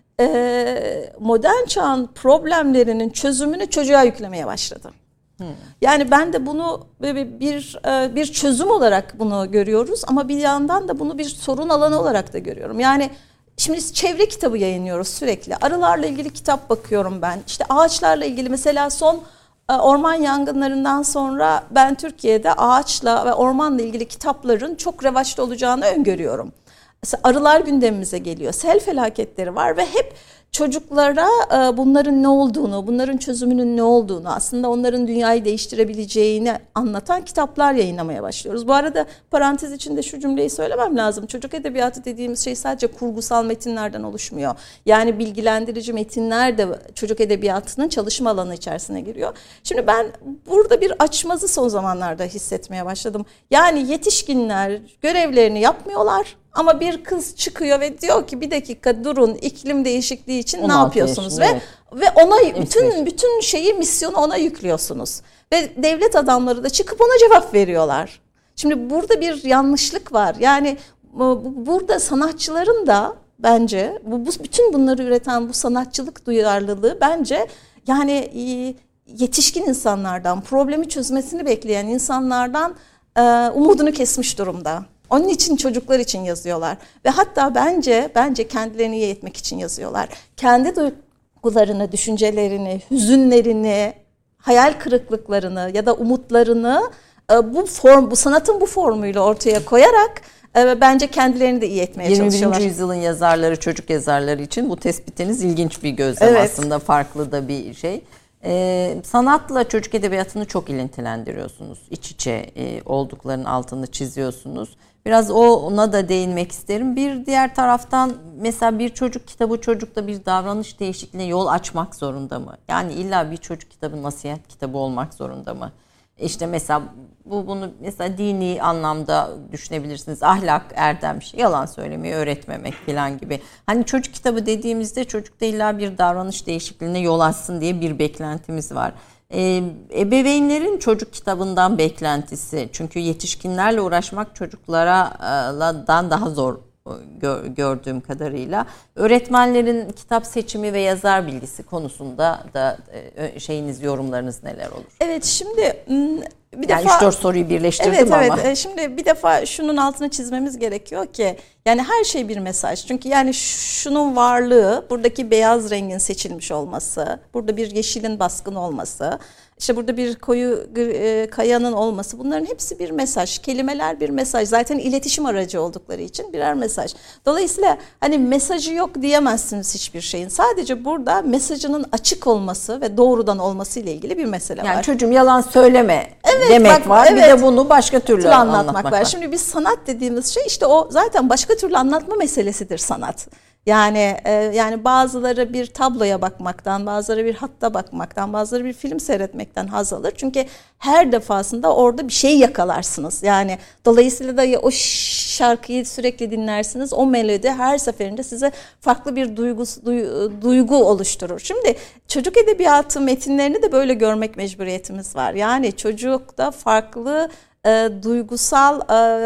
e, modern çağın problemlerinin çözümünü çocuğa yüklemeye başladı. Hmm. Yani ben de bunu bir bir, bir çözüm olarak bunu görüyoruz ama bir yandan da bunu bir sorun alanı olarak da görüyorum. Yani şimdi çevre kitabı yayınlıyoruz sürekli. Arılarla ilgili kitap bakıyorum ben. İşte ağaçlarla ilgili mesela son orman yangınlarından sonra ben Türkiye'de ağaçla ve ormanla ilgili kitapların çok revaçta olacağını öngörüyorum. Mesela arılar gündemimize geliyor. Sel felaketleri var ve hep çocuklara bunların ne olduğunu, bunların çözümünün ne olduğunu, aslında onların dünyayı değiştirebileceğini anlatan kitaplar yayınlamaya başlıyoruz. Bu arada parantez içinde şu cümleyi söylemem lazım. Çocuk edebiyatı dediğimiz şey sadece kurgusal metinlerden oluşmuyor. Yani bilgilendirici metinler de çocuk edebiyatının çalışma alanı içerisine giriyor. Şimdi ben burada bir açmazı son zamanlarda hissetmeye başladım. Yani yetişkinler görevlerini yapmıyorlar. Ama bir kız çıkıyor ve diyor ki bir dakika durun, iklim değişikliği için ne yapıyorsunuz yaşında, ve evet. ve ona bütün bütün şeyi, misyonu ona yüklüyorsunuz. Ve devlet adamları da çıkıp ona cevap veriyorlar. Şimdi burada bir yanlışlık var. Yani burada sanatçıların da bence bu, bu bütün bunları üreten bu sanatçılık duyarlılığı bence yani yetişkin insanlardan, problemi çözmesini bekleyen insanlardan umudunu kesmiş durumda. Onun için çocuklar için yazıyorlar ve hatta bence bence kendilerini iyi etmek için yazıyorlar. Kendi duygularını, düşüncelerini, hüzünlerini, hayal kırıklıklarını ya da umutlarını bu form, bu sanatın bu formuyla ortaya koyarak bence kendilerini de iyi etmeye yirmi birinci çalışıyorlar. yirmi birinci yüzyılın yazarları, çocuk yazarları için bu tespitiniz ilginç bir gözlem, evet. Aslında farklı da bir şey. Ee, sanatla çocuk edebiyatını çok ilintilendiriyorsunuz. İç içe e, olduklarının altını çiziyorsunuz. Biraz ona da değinmek isterim. Bir diğer taraftan mesela bir çocuk kitabı çocukta bir davranış değişikliğine yol açmak zorunda mı? Yani illa bir çocuk kitabı nasihat kitabı olmak zorunda mı? İşte mesela bu bunu mesela dini anlamda düşünebilirsiniz. Ahlak, erdem, yalan söylemeyi öğretmemek falan gibi. Hani çocuk kitabı dediğimizde çocukta illa bir davranış değişikliğine yol açsın diye bir beklentimiz var. Ee, ebeveynlerin çocuk kitabından beklentisi, çünkü yetişkinlerle uğraşmak çocuklardan daha zor gördüğüm kadarıyla. Öğretmenlerin kitap seçimi ve yazar bilgisi konusunda da şeyiniz, yorumlarınız neler olur? Evet, şimdi bir yani defa üç dört soruyu birleştirdim evet, ama. Evet, şimdi bir defa şunun altını çizmemiz gerekiyor ki yani her şey bir mesaj. Çünkü yani şunun varlığı, buradaki beyaz rengin seçilmiş olması, burada bir yeşilin baskın olması, İşte burada bir koyu e, kayanın olması, bunların hepsi bir mesaj. Kelimeler bir mesaj. Zaten iletişim aracı oldukları için birer mesaj. Dolayısıyla hani mesajı yok diyemezsiniz hiçbir şeyin. Sadece burada mesajının açık olması ve doğrudan olması ile ilgili bir mesele yani var. Çocuğum yalan söyleme evet, demek bak, var. Evet. Bir de bunu başka türlü anlatmak, anlatmak var. var. Şimdi biz sanat dediğimiz şey işte o zaten başka türlü anlatma meselesidir sanat. Yani e, yani bazıları bir tabloya bakmaktan, bazıları bir hatta bakmaktan, bazıları bir film seyretmekten haz alır. Çünkü her defasında orada bir şey yakalarsınız. Yani dolayısıyla da o şarkıyı sürekli dinlersiniz. O melodi her seferinde size farklı bir duygu, duygu oluşturur. Şimdi çocuk edebiyatı metinlerini de böyle görmek mecburiyetimiz var. Yani çocukta farklı E, duygusal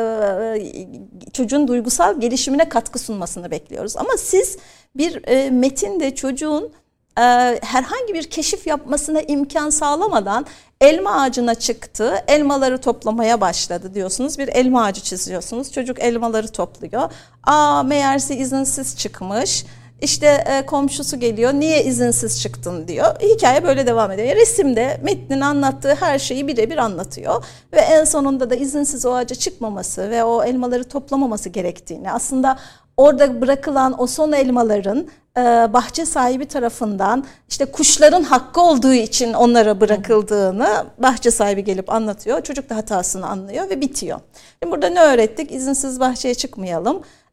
e, çocuğun duygusal gelişimine katkı sunmasını bekliyoruz. Ama siz bir e, metinde çocuğun e, herhangi bir keşif yapmasına imkan sağlamadan elma ağacına çıktı, elmaları toplamaya başladı diyorsunuz. Bir elma ağacı çiziyorsunuz. Çocuk elmaları topluyor. Aa, meğerse izinsiz çıkmış. İşte e, komşusu geliyor, niye izinsiz çıktın diyor. Hikaye böyle devam ediyor. Resimde metnin anlattığı her şeyi birebir anlatıyor. Ve en sonunda da izinsiz o ağaca çıkmaması ve o elmaları toplamaması gerektiğini, aslında orada bırakılan o son elmaların e, bahçe sahibi tarafından işte kuşların hakkı olduğu için onlara bırakıldığını bahçe sahibi gelip anlatıyor. Çocuk da hatasını anlıyor ve bitiyor. Şimdi burada ne öğrettik? İzinsiz bahçeye çıkmayalım.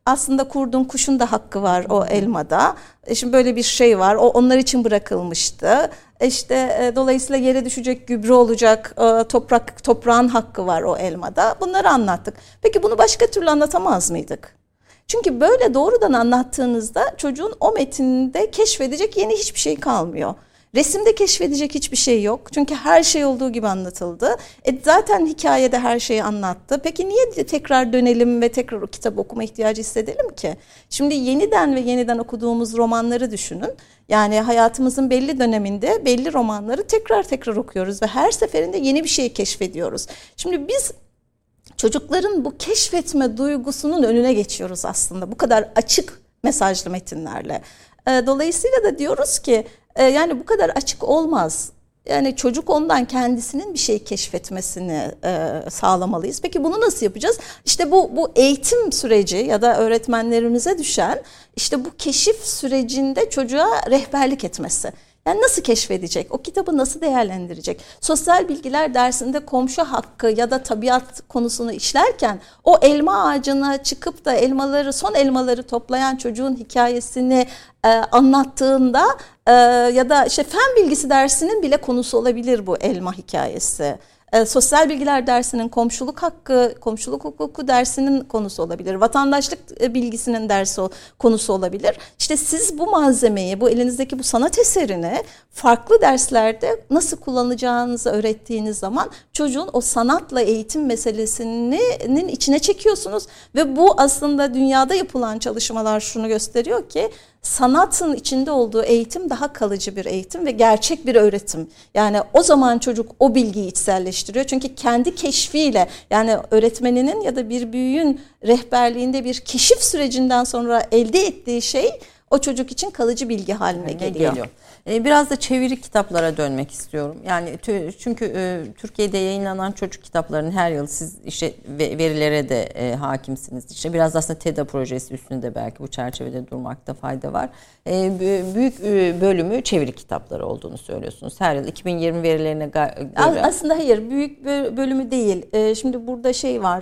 aslında kurdun kuşun da hakkı var o elmada. E şimdi böyle bir şey var. O onlar için bırakılmıştı. E işte e, dolayısıyla yere düşecek gübre olacak, e, toprak toprağın hakkı var o elmada. Bunları anlattık. Peki bunu başka türlü anlatamaz mıydık? Çünkü böyle doğrudan anlattığınızda çocuğun o metinde keşfedecek yeni hiçbir şey kalmıyor. Resimde keşfedecek hiçbir şey yok. Çünkü her şey olduğu gibi anlatıldı. E zaten hikayede her şeyi anlattı. Peki niye tekrar dönelim ve tekrar o kitap okuma ihtiyacı hissedelim ki? Şimdi yeniden ve yeniden okuduğumuz romanları düşünün. Yani hayatımızın belli döneminde belli romanları tekrar tekrar okuyoruz ve her seferinde yeni bir şey keşfediyoruz. Şimdi biz çocukların bu keşfetme duygusunun önüne geçiyoruz aslında bu kadar açık mesajlı metinlerle. Dolayısıyla da diyoruz ki yani bu kadar açık olmaz. Yani çocuk ondan kendisinin bir şey keşfetmesini e, sağlamalıyız. Peki bunu nasıl yapacağız? İşte bu bu eğitim süreci ya da öğretmenlerimize düşen işte bu keşif sürecinde çocuğa rehberlik etmesi. Yani nasıl keşfedecek? O kitabı nasıl değerlendirecek? Sosyal bilgiler dersinde komşu hakkı ya da tabiat konusunu işlerken o elma ağacına çıkıp da elmaları, son elmaları toplayan çocuğun hikayesini e, anlattığında e, ya da işte fen bilgisi dersinin bile konusu olabilir bu elma hikayesi. E, sosyal bilgiler dersinin komşuluk hakkı, komşuluk hukuku dersinin konusu olabilir. Vatandaşlık bilgisinin dersi konusu olabilir. İşte siz bu malzemeyi, bu elinizdeki bu sanat eserini farklı derslerde nasıl kullanacağınızı öğrettiğiniz zaman çocuğun o sanatla eğitim meselesinin içine çekiyorsunuz. Ve bu aslında dünyada yapılan çalışmalar şunu gösteriyor ki sanatın içinde olduğu eğitim daha kalıcı bir eğitim ve gerçek bir öğretim. Yani o zaman çocuk o bilgiyi içselleştiriyor. Çünkü kendi keşfiyle yani öğretmeninin ya da bir büyüğün rehberliğinde bir keşif sürecinden sonra elde ettiği şey o çocuk için kalıcı bilgi haline geliyor. geliyor. Biraz da çeviri kitaplara dönmek istiyorum. Yani çünkü Türkiye'de yayınlanan çocuk kitaplarının her yıl siz işte verilere de e, hakimsiniz. İşte biraz aslında TEDA projesi üstünde belki bu çerçevede durmakta fayda var. E, büyük bölümü çeviri kitapları olduğunu söylüyorsunuz. Her yıl iki bin yirmi verilerine göre. Aslında hayır, büyük bölümü değil. Şimdi burada şey var.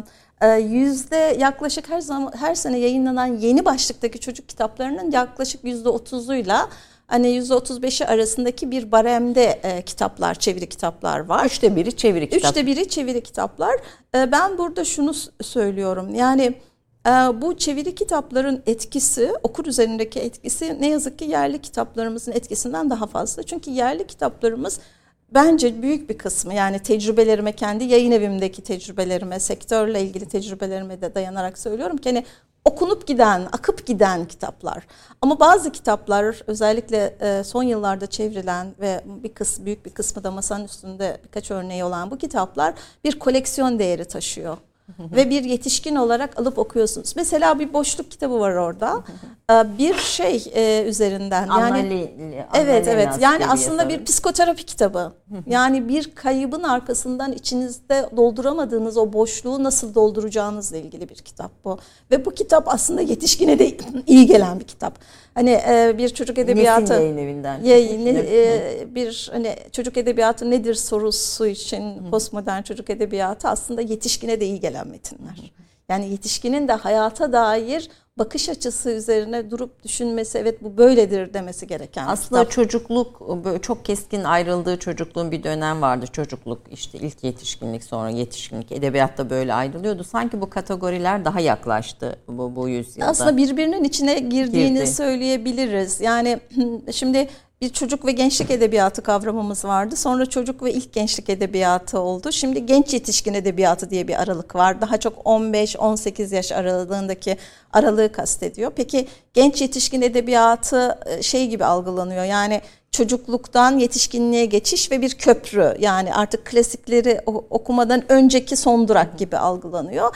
Yüzde yaklaşık her zaman her sene yayınlanan yeni başlıktaki çocuk kitaplarının yaklaşık yüzde otuzuyla hani yüzde otuz beşi arasındaki bir baremde e, kitaplar, çeviri kitaplar var. Üçte biri çeviri kitap. Üçte biri çeviri kitaplar. E, ben burada şunu söylüyorum. Yani e, bu çeviri kitapların etkisi, okur üzerindeki etkisi ne yazık ki yerli kitaplarımızın etkisinden daha fazla. Çünkü yerli kitaplarımız bence büyük bir kısmı, yani tecrübelerime, kendi yayın evimdeki tecrübelerime, sektörle ilgili tecrübelerime de dayanarak söylüyorum ki hani okunup giden, akıp giden kitaplar. Ama bazı kitaplar, özellikle son yıllarda çevrilen ve bir kısmı, büyük bir kısmı da masanın üstünde birkaç örneği olan bu kitaplar bir koleksiyon değeri taşıyor. Ve bir yetişkin olarak alıp okuyorsunuz. Mesela bir boşluk kitabı var orada. Bir şey üzerinden. Yani Anali, evet evet. Yani aslında bir psikoterapi kitabı. Yani bir kaybın arkasından içinizde dolduramadığınız o boşluğu nasıl dolduracağınızla ilgili bir kitap bu. Ve bu kitap aslında yetişkine de iyi gelen bir kitap. Hani bir çocuk edebiyatı Nesin Yayın Evi'nden. Yayın, bir hani çocuk edebiyatı nedir sorusu için postmodern çocuk edebiyatı aslında yetişkine de iyi gelen metinler. Yani yetişkinin de hayata dair bakış açısı üzerine durup düşünmesi, evet bu böyledir demesi gereken. Aslında kitap. Çocukluk, çok keskin ayrıldığı çocukluğun bir dönem vardı. Çocukluk, işte ilk yetişkinlik, sonra yetişkinlik, edebiyatta böyle ayrılıyordu. Sanki bu kategoriler daha yaklaştı bu, bu yüzyılda. Aslında birbirinin içine girdiğini Girdi. söyleyebiliriz. Yani şimdi bir çocuk ve gençlik edebiyatı kavramımız vardı. Sonra çocuk ve ilk gençlik edebiyatı oldu. Şimdi genç yetişkin edebiyatı diye bir aralık var. Daha çok on beş on sekiz yaş aralığındaki aralığı kastediyor. Peki genç yetişkin edebiyatı şey gibi algılanıyor. Yani çocukluktan yetişkinliğe geçiş ve bir köprü. Yani artık klasikleri okumadan önceki son durak gibi algılanıyor.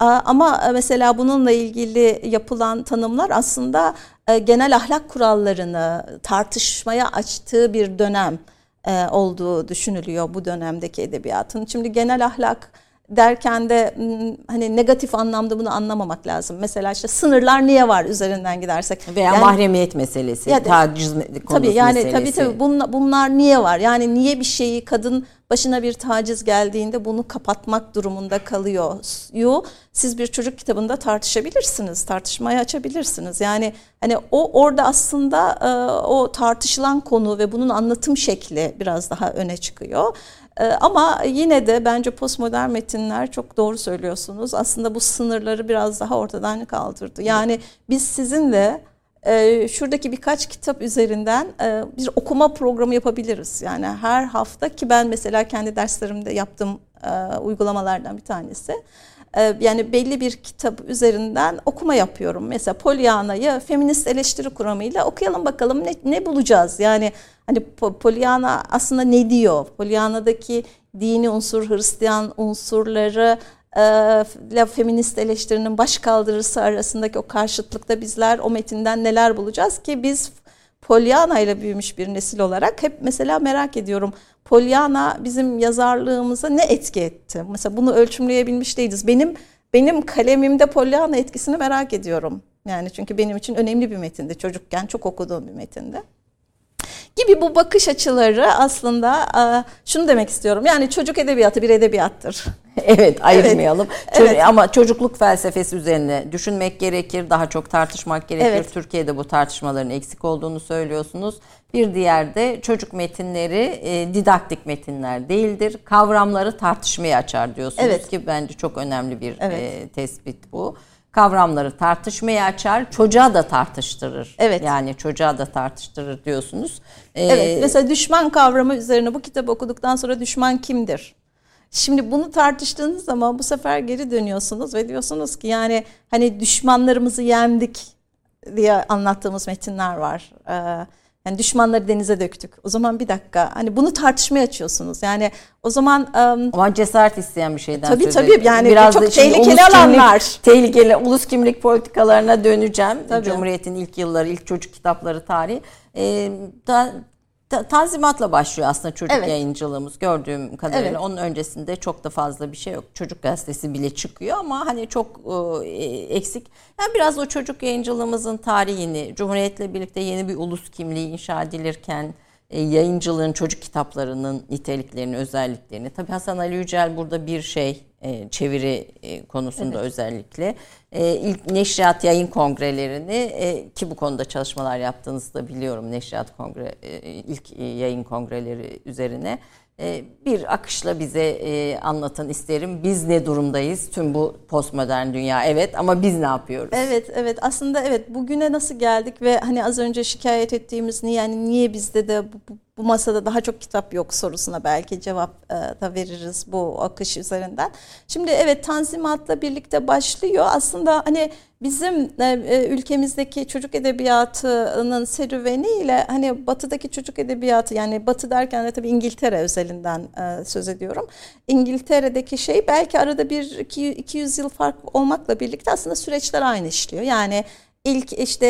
Ama mesela bununla ilgili yapılan tanımlar aslında genel ahlak kurallarını tartışmaya açtığı bir dönem olduğu düşünülüyor bu dönemdeki edebiyatın. Şimdi genel ahlak derken de hani negatif anlamda bunu anlamamak lazım. Mesela işte sınırlar niye var üzerinden gidersek. Veya yani, mahremiyet meselesi, ya, taciz konusu tabii yani, meselesi. Tabii tabii bunlar, bunlar niye var? Yani niye bir şeyi kadın başına bir taciz geldiğinde bunu kapatmak durumunda kalıyor? Siz bir çocuk kitabında tartışabilirsiniz, tartışmayı açabilirsiniz. Yani hani o orada aslında o tartışılan konu ve bunun anlatım şekli biraz daha öne çıkıyor. Ama yine de bence postmodern metinler, çok doğru söylüyorsunuz, aslında bu sınırları biraz daha ortadan kaldırdı. Yani biz sizinle e, şuradaki birkaç kitap üzerinden e, bir okuma programı yapabiliriz. Yani her hafta, ki ben mesela kendi derslerimde yaptığım e, uygulamalardan bir tanesi. E, yani belli bir kitap üzerinden okuma yapıyorum. Mesela Pollyanna'yı feminist eleştiri kuramıyla okuyalım bakalım ne, ne bulacağız. Yani hani Pollyanna aslında ne diyor? Pollyanna'daki dini unsur, Hristiyan unsurları ile feminist eleştirinin başkaldırısı arasındaki o karşıtlıkta bizler o metinden neler bulacağız ki biz Pollyanna ile büyümüş bir nesil olarak hep mesela merak ediyorum. Pollyanna bizim yazarlığımıza ne etki etti? Mesela bunu ölçümleyebilmiş değiliz. Benim benim kalemimde Pollyanna etkisini merak ediyorum. Yani çünkü benim için önemli bir metindi. Çocukken çok okuduğum bir metindi. Gibi bu bakış açıları aslında şunu demek istiyorum. Yani çocuk edebiyatı bir edebiyattır. Evet, ayırmayalım. Evet, evet. Ama çocukluk felsefesi üzerine düşünmek gerekir, daha çok tartışmak gerekir. Evet. Türkiye'de bu tartışmaların eksik olduğunu söylüyorsunuz. Bir diğer de çocuk metinleri e, didaktik metinler değildir. Kavramları tartışmaya açar diyorsunuz, evet, ki bence çok önemli bir evet. e, tespit bu. Kavramları tartışmaya açar, çocuğa da tartıştırır. Evet. Yani çocuğa da tartıştırır diyorsunuz. Ee, evet. Mesela düşman kavramı üzerine bu kitabı okuduktan sonra düşman kimdir? Şimdi bunu tartıştığınız zaman bu sefer geri dönüyorsunuz ve diyorsunuz ki yani hani düşmanlarımızı yendik diye anlattığımız metinler var. Ee, Yani düşmanları denize döktük. O zaman bir dakika, hani bunu tartışmaya açıyorsunuz. Yani o zaman um, ama cesaret isteyen bir şeyden tabii, söz tabii, ediyorum. yani biraz çok da tehlikeli alanlar. Kimlik, tehlikeli ulus kimlik politikalarına döneceğim. Tabii. Cumhuriyet'in ilk yılları, ilk çocuk kitapları tarihi. Ee, da, ta, Tanzimat'la başlıyor aslında çocuk evet. yayıncılığımız gördüğüm kadarıyla. Evet. Onun öncesinde çok da fazla bir şey yok. Çocuk gazetesi bile çıkıyor ama hani çok e, eksik. Yani biraz o çocuk yayıncılığımızın tarihini, Cumhuriyet'le birlikte yeni bir ulus kimliği inşa edilirken e, yayıncılığın, çocuk kitaplarının niteliklerini, özelliklerini. Tabii Hasan Ali Yücel burada bir şey, e, çeviri e, konusunda evet. özellikle. E, ilk Neşriyat Yayın Kongrelerini e, ki bu konuda çalışmalar yaptığınızı da biliyorum. Neşriyat Kongre, e, ilk e, yayın kongreleri üzerine. Bir akışla bize anlatın isterim. Biz ne durumdayız tüm bu postmodern dünya? Evet, ama biz ne yapıyoruz? Evet, evet. Aslında evet, bugüne nasıl geldik ve hani az önce şikayet ettiğimiz niye, yani niye bizde de bu, bu, bu masada daha çok kitap yok sorusuna belki cevap da veririz bu akış üzerinden. Şimdi evet, Tanzimat'la birlikte başlıyor. Aslında hani bizim e, ülkemizdeki çocuk edebiyatının serüveniyle hani batıdaki çocuk edebiyatı, yani batı derken de tabii İngiltere özelinden e, söz ediyorum. İngiltere'deki şey belki arada bir iki, iki yüz yıl fark olmakla birlikte aslında süreçler aynı işliyor. Yani İlk işte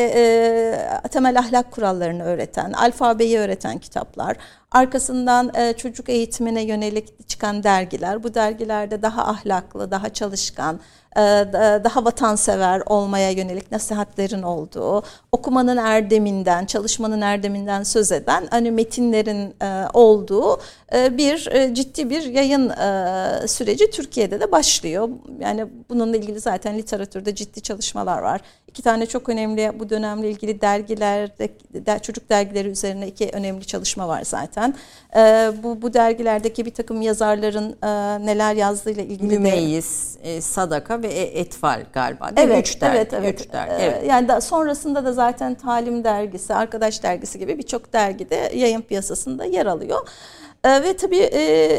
e, temel ahlak kurallarını öğreten, alfabeyi öğreten kitaplar, arkasından e, çocuk eğitimine yönelik çıkan dergiler, bu dergilerde daha ahlaklı, daha çalışkan, e, daha vatansever olmaya yönelik nasihatlerin olduğu, okumanın erdeminden, çalışmanın erdeminden söz eden hani metinlerin e, olduğu e, bir e, ciddi bir yayın e, süreci Türkiye'de de başlıyor. Yani bununla ilgili zaten literatürde ciddi çalışmalar var. İki tane çok önemli bu dönemle ilgili dergilerde, çocuk dergileri üzerine iki önemli çalışma var zaten. Ee, bu bu dergilerdeki bir takım yazarların e, neler yazdığıyla ilgili Mümeyyiz, de... e, Sadaka ve Etfal galiba. Değil evet, mi? Üç dergi. Evet, evet. Üç dergi. Ee, evet. Yani da, sonrasında da zaten Talim Dergisi, Arkadaş Dergisi gibi birçok dergide yayın piyasasında yer alıyor. Ee, ve tabii e,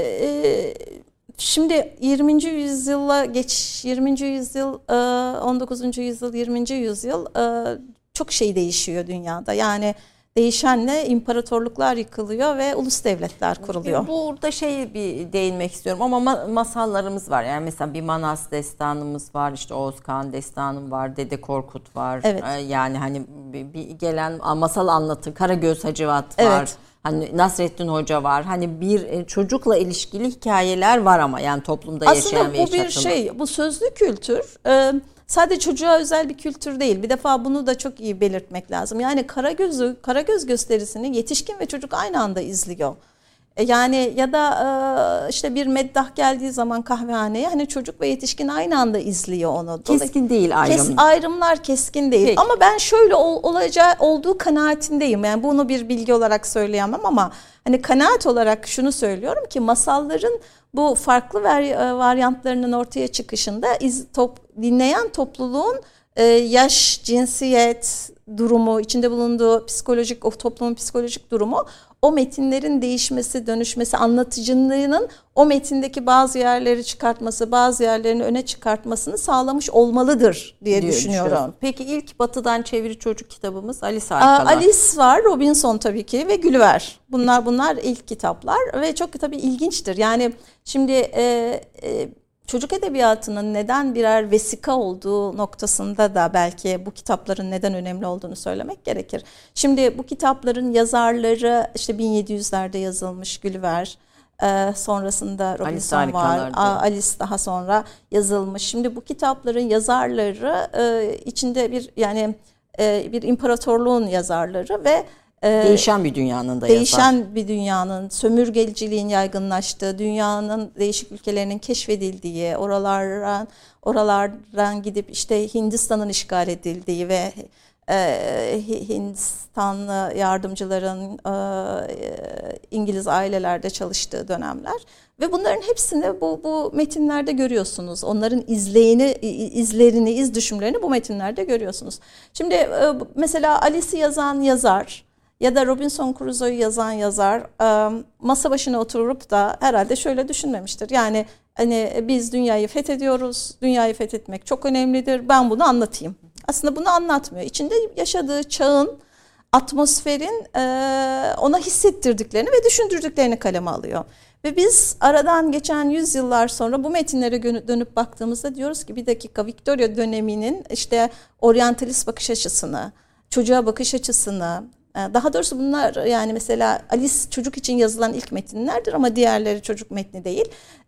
e, şimdi yirminci yüzyıla geç, yirminci yüzyıl, on dokuzuncu yüzyıl, yirminci yüzyıl çok şey değişiyor dünyada. Yani değişenle imparatorluklar yıkılıyor ve ulus devletler kuruluyor. Burada şey bir değinmek istiyorum ama masallarımız var. Yani mesela bir Manas destanımız var, işte Oğuz Kağan destanım var, Dede Korkut var. Evet. Yani hani bir gelen masal anlatı, Karagöz Hacivat var. Evet. Hani Nasrettin Hoca var. Hani bir çocukla ilişkili hikayeler var ama yani toplumda aslında yaşayan ve yaşatılan. Aslında bu bir şey, bu sözlü kültür. Ee, sadece çocuğa özel bir kültür değil. Bir defa bunu da çok iyi belirtmek lazım. Yani Karagöz'ü, Karagöz gösterisini yetişkin ve çocuk aynı anda izliyor. Yani ya da işte bir meddah geldiği zaman kahvehaneye hani çocuk ve yetişkin aynı anda izliyor onu. Keskin değil ayrım. Kes, ayrımlar keskin değil. Peki. Ama ben şöyle ol, olacağı olduğu kanaatindeyim. Yani bunu bir bilgi olarak söyleyemem ama hani kanaat olarak şunu söylüyorum ki masalların bu farklı varyantlarının ortaya çıkışında iz, top, dinleyen topluluğun e, yaş, cinsiyet durumu, içinde bulunduğu psikolojik, o toplumun psikolojik durumu, o metinlerin değişmesi, dönüşmesi, anlatıcılığının o metindeki bazı yerleri çıkartması, bazı yerlerini öne çıkartmasını sağlamış olmalıdır diye Diyor, düşünüyorum. Peki ilk Batı'dan çeviri çocuk kitabımız Alice Harikalar. Alice var, Robinson tabii ki ve Gulliver. Bunlar bunlar ilk kitaplar ve çok tabii ilginçtir. Yani şimdi e, e, çocuk edebiyatının neden birer vesika olduğu noktasında da belki bu kitapların neden önemli olduğunu söylemek gerekir. Şimdi bu kitapların yazarları işte bin yedi yüzlerde yazılmış Gulliver, e, sonrasında Robinson var, Alice daha sonra yazılmış. Şimdi bu kitapların yazarları e, içinde bir yani e, bir imparatorluğun yazarları ve değişen bir dünyanın da Değişen yazar. bir dünyanın, sömürgeciliğin yaygınlaştığı, dünyanın değişik ülkelerinin keşfedildiği, oralardan oralardan gidip işte Hindistan'ın işgal edildiği ve e, Hindistanlı yardımcıların e, İngiliz ailelerde çalıştığı dönemler ve bunların hepsini bu bu metinlerde görüyorsunuz. Onların izleyini, izlerini, iz düşümlerini bu metinlerde görüyorsunuz. Şimdi e, mesela Alice'i yazan yazar ya da Robinson Crusoe'yu yazan yazar masa başına oturup da herhalde şöyle düşünmemiştir. Yani hani biz dünyayı fethediyoruz, dünyayı fethetmek çok önemlidir, ben bunu anlatayım. Aslında bunu anlatmıyor. İçinde yaşadığı çağın, atmosferin ona hissettirdiklerini ve düşündürdüklerini kaleme alıyor. Ve biz aradan geçen yüzyıllar sonra bu metinlere dönüp baktığımızda diyoruz ki bir dakika, Victoria döneminin işte oryantalist bakış açısını, çocuğa bakış açısını, daha doğrusu bunlar yani mesela Alice çocuk için yazılan ilk metinlerdir ama diğerleri çocuk metni değil.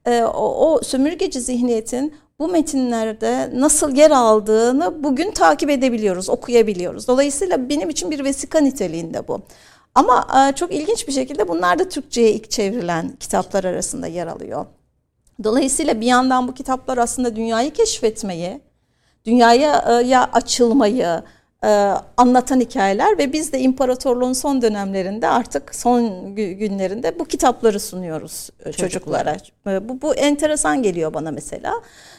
O, o sömürgeci zihniyetin bu metinlerde nasıl yer aldığını bugün takip edebiliyoruz, okuyabiliyoruz. Dolayısıyla benim için bir vesika niteliğinde bu. Ama çok ilginç bir şekilde bunlar da Türkçe'ye ilk çevrilen kitaplar arasında yer alıyor. Dolayısıyla bir yandan bu kitaplar aslında dünyayı keşfetmeyi, dünyaya ya açılmayı anlatan hikayeler ve biz de imparatorluğun son dönemlerinde artık son günlerinde bu kitapları sunuyoruz çocuklara. çocuklara. Bu, bu enteresan geliyor bana mesela.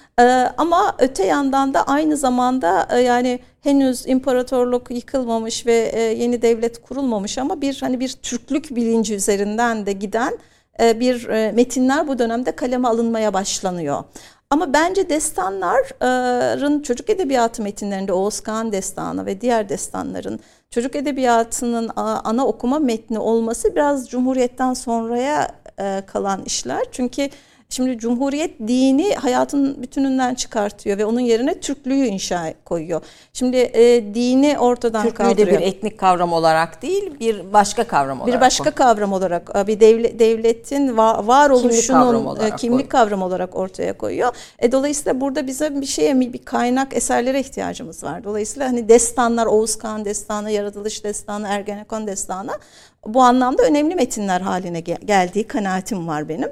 Ama öte yandan da aynı zamanda yani henüz imparatorluk yıkılmamış ve yeni devlet kurulmamış ama bir hani bir Türklük bilinci üzerinden de giden bir metinler bu dönemde kaleme alınmaya başlanıyor. Ama bence destanların çocuk edebiyatı metinlerinde Oğuz Kağan destanı ve diğer destanların çocuk edebiyatının ana okuma metni olması biraz Cumhuriyet'ten sonraya kalan işler. Çünkü şimdi Cumhuriyet dini hayatın bütününden çıkartıyor ve onun yerine Türklüğü inşa koyuyor. Şimdi e, dini ortadan Türklüğü kaldırıyor. de bir etnik kavram olarak değil, bir başka kavram olarak. Bir başka kavram olarak, bir devlet, devletin var, varoluşunun kimlik, kavram, kimlik kavram olarak ortaya koyuyor. E, dolayısıyla burada bize bir şeye, bir kaynak, eserlere ihtiyacımız var. Dolayısıyla hani destanlar, Oğuz Kağan destanı, Yaratılış destanı, Ergenekon destanı bu anlamda önemli metinler haline gel- geldiği kanaatim var benim.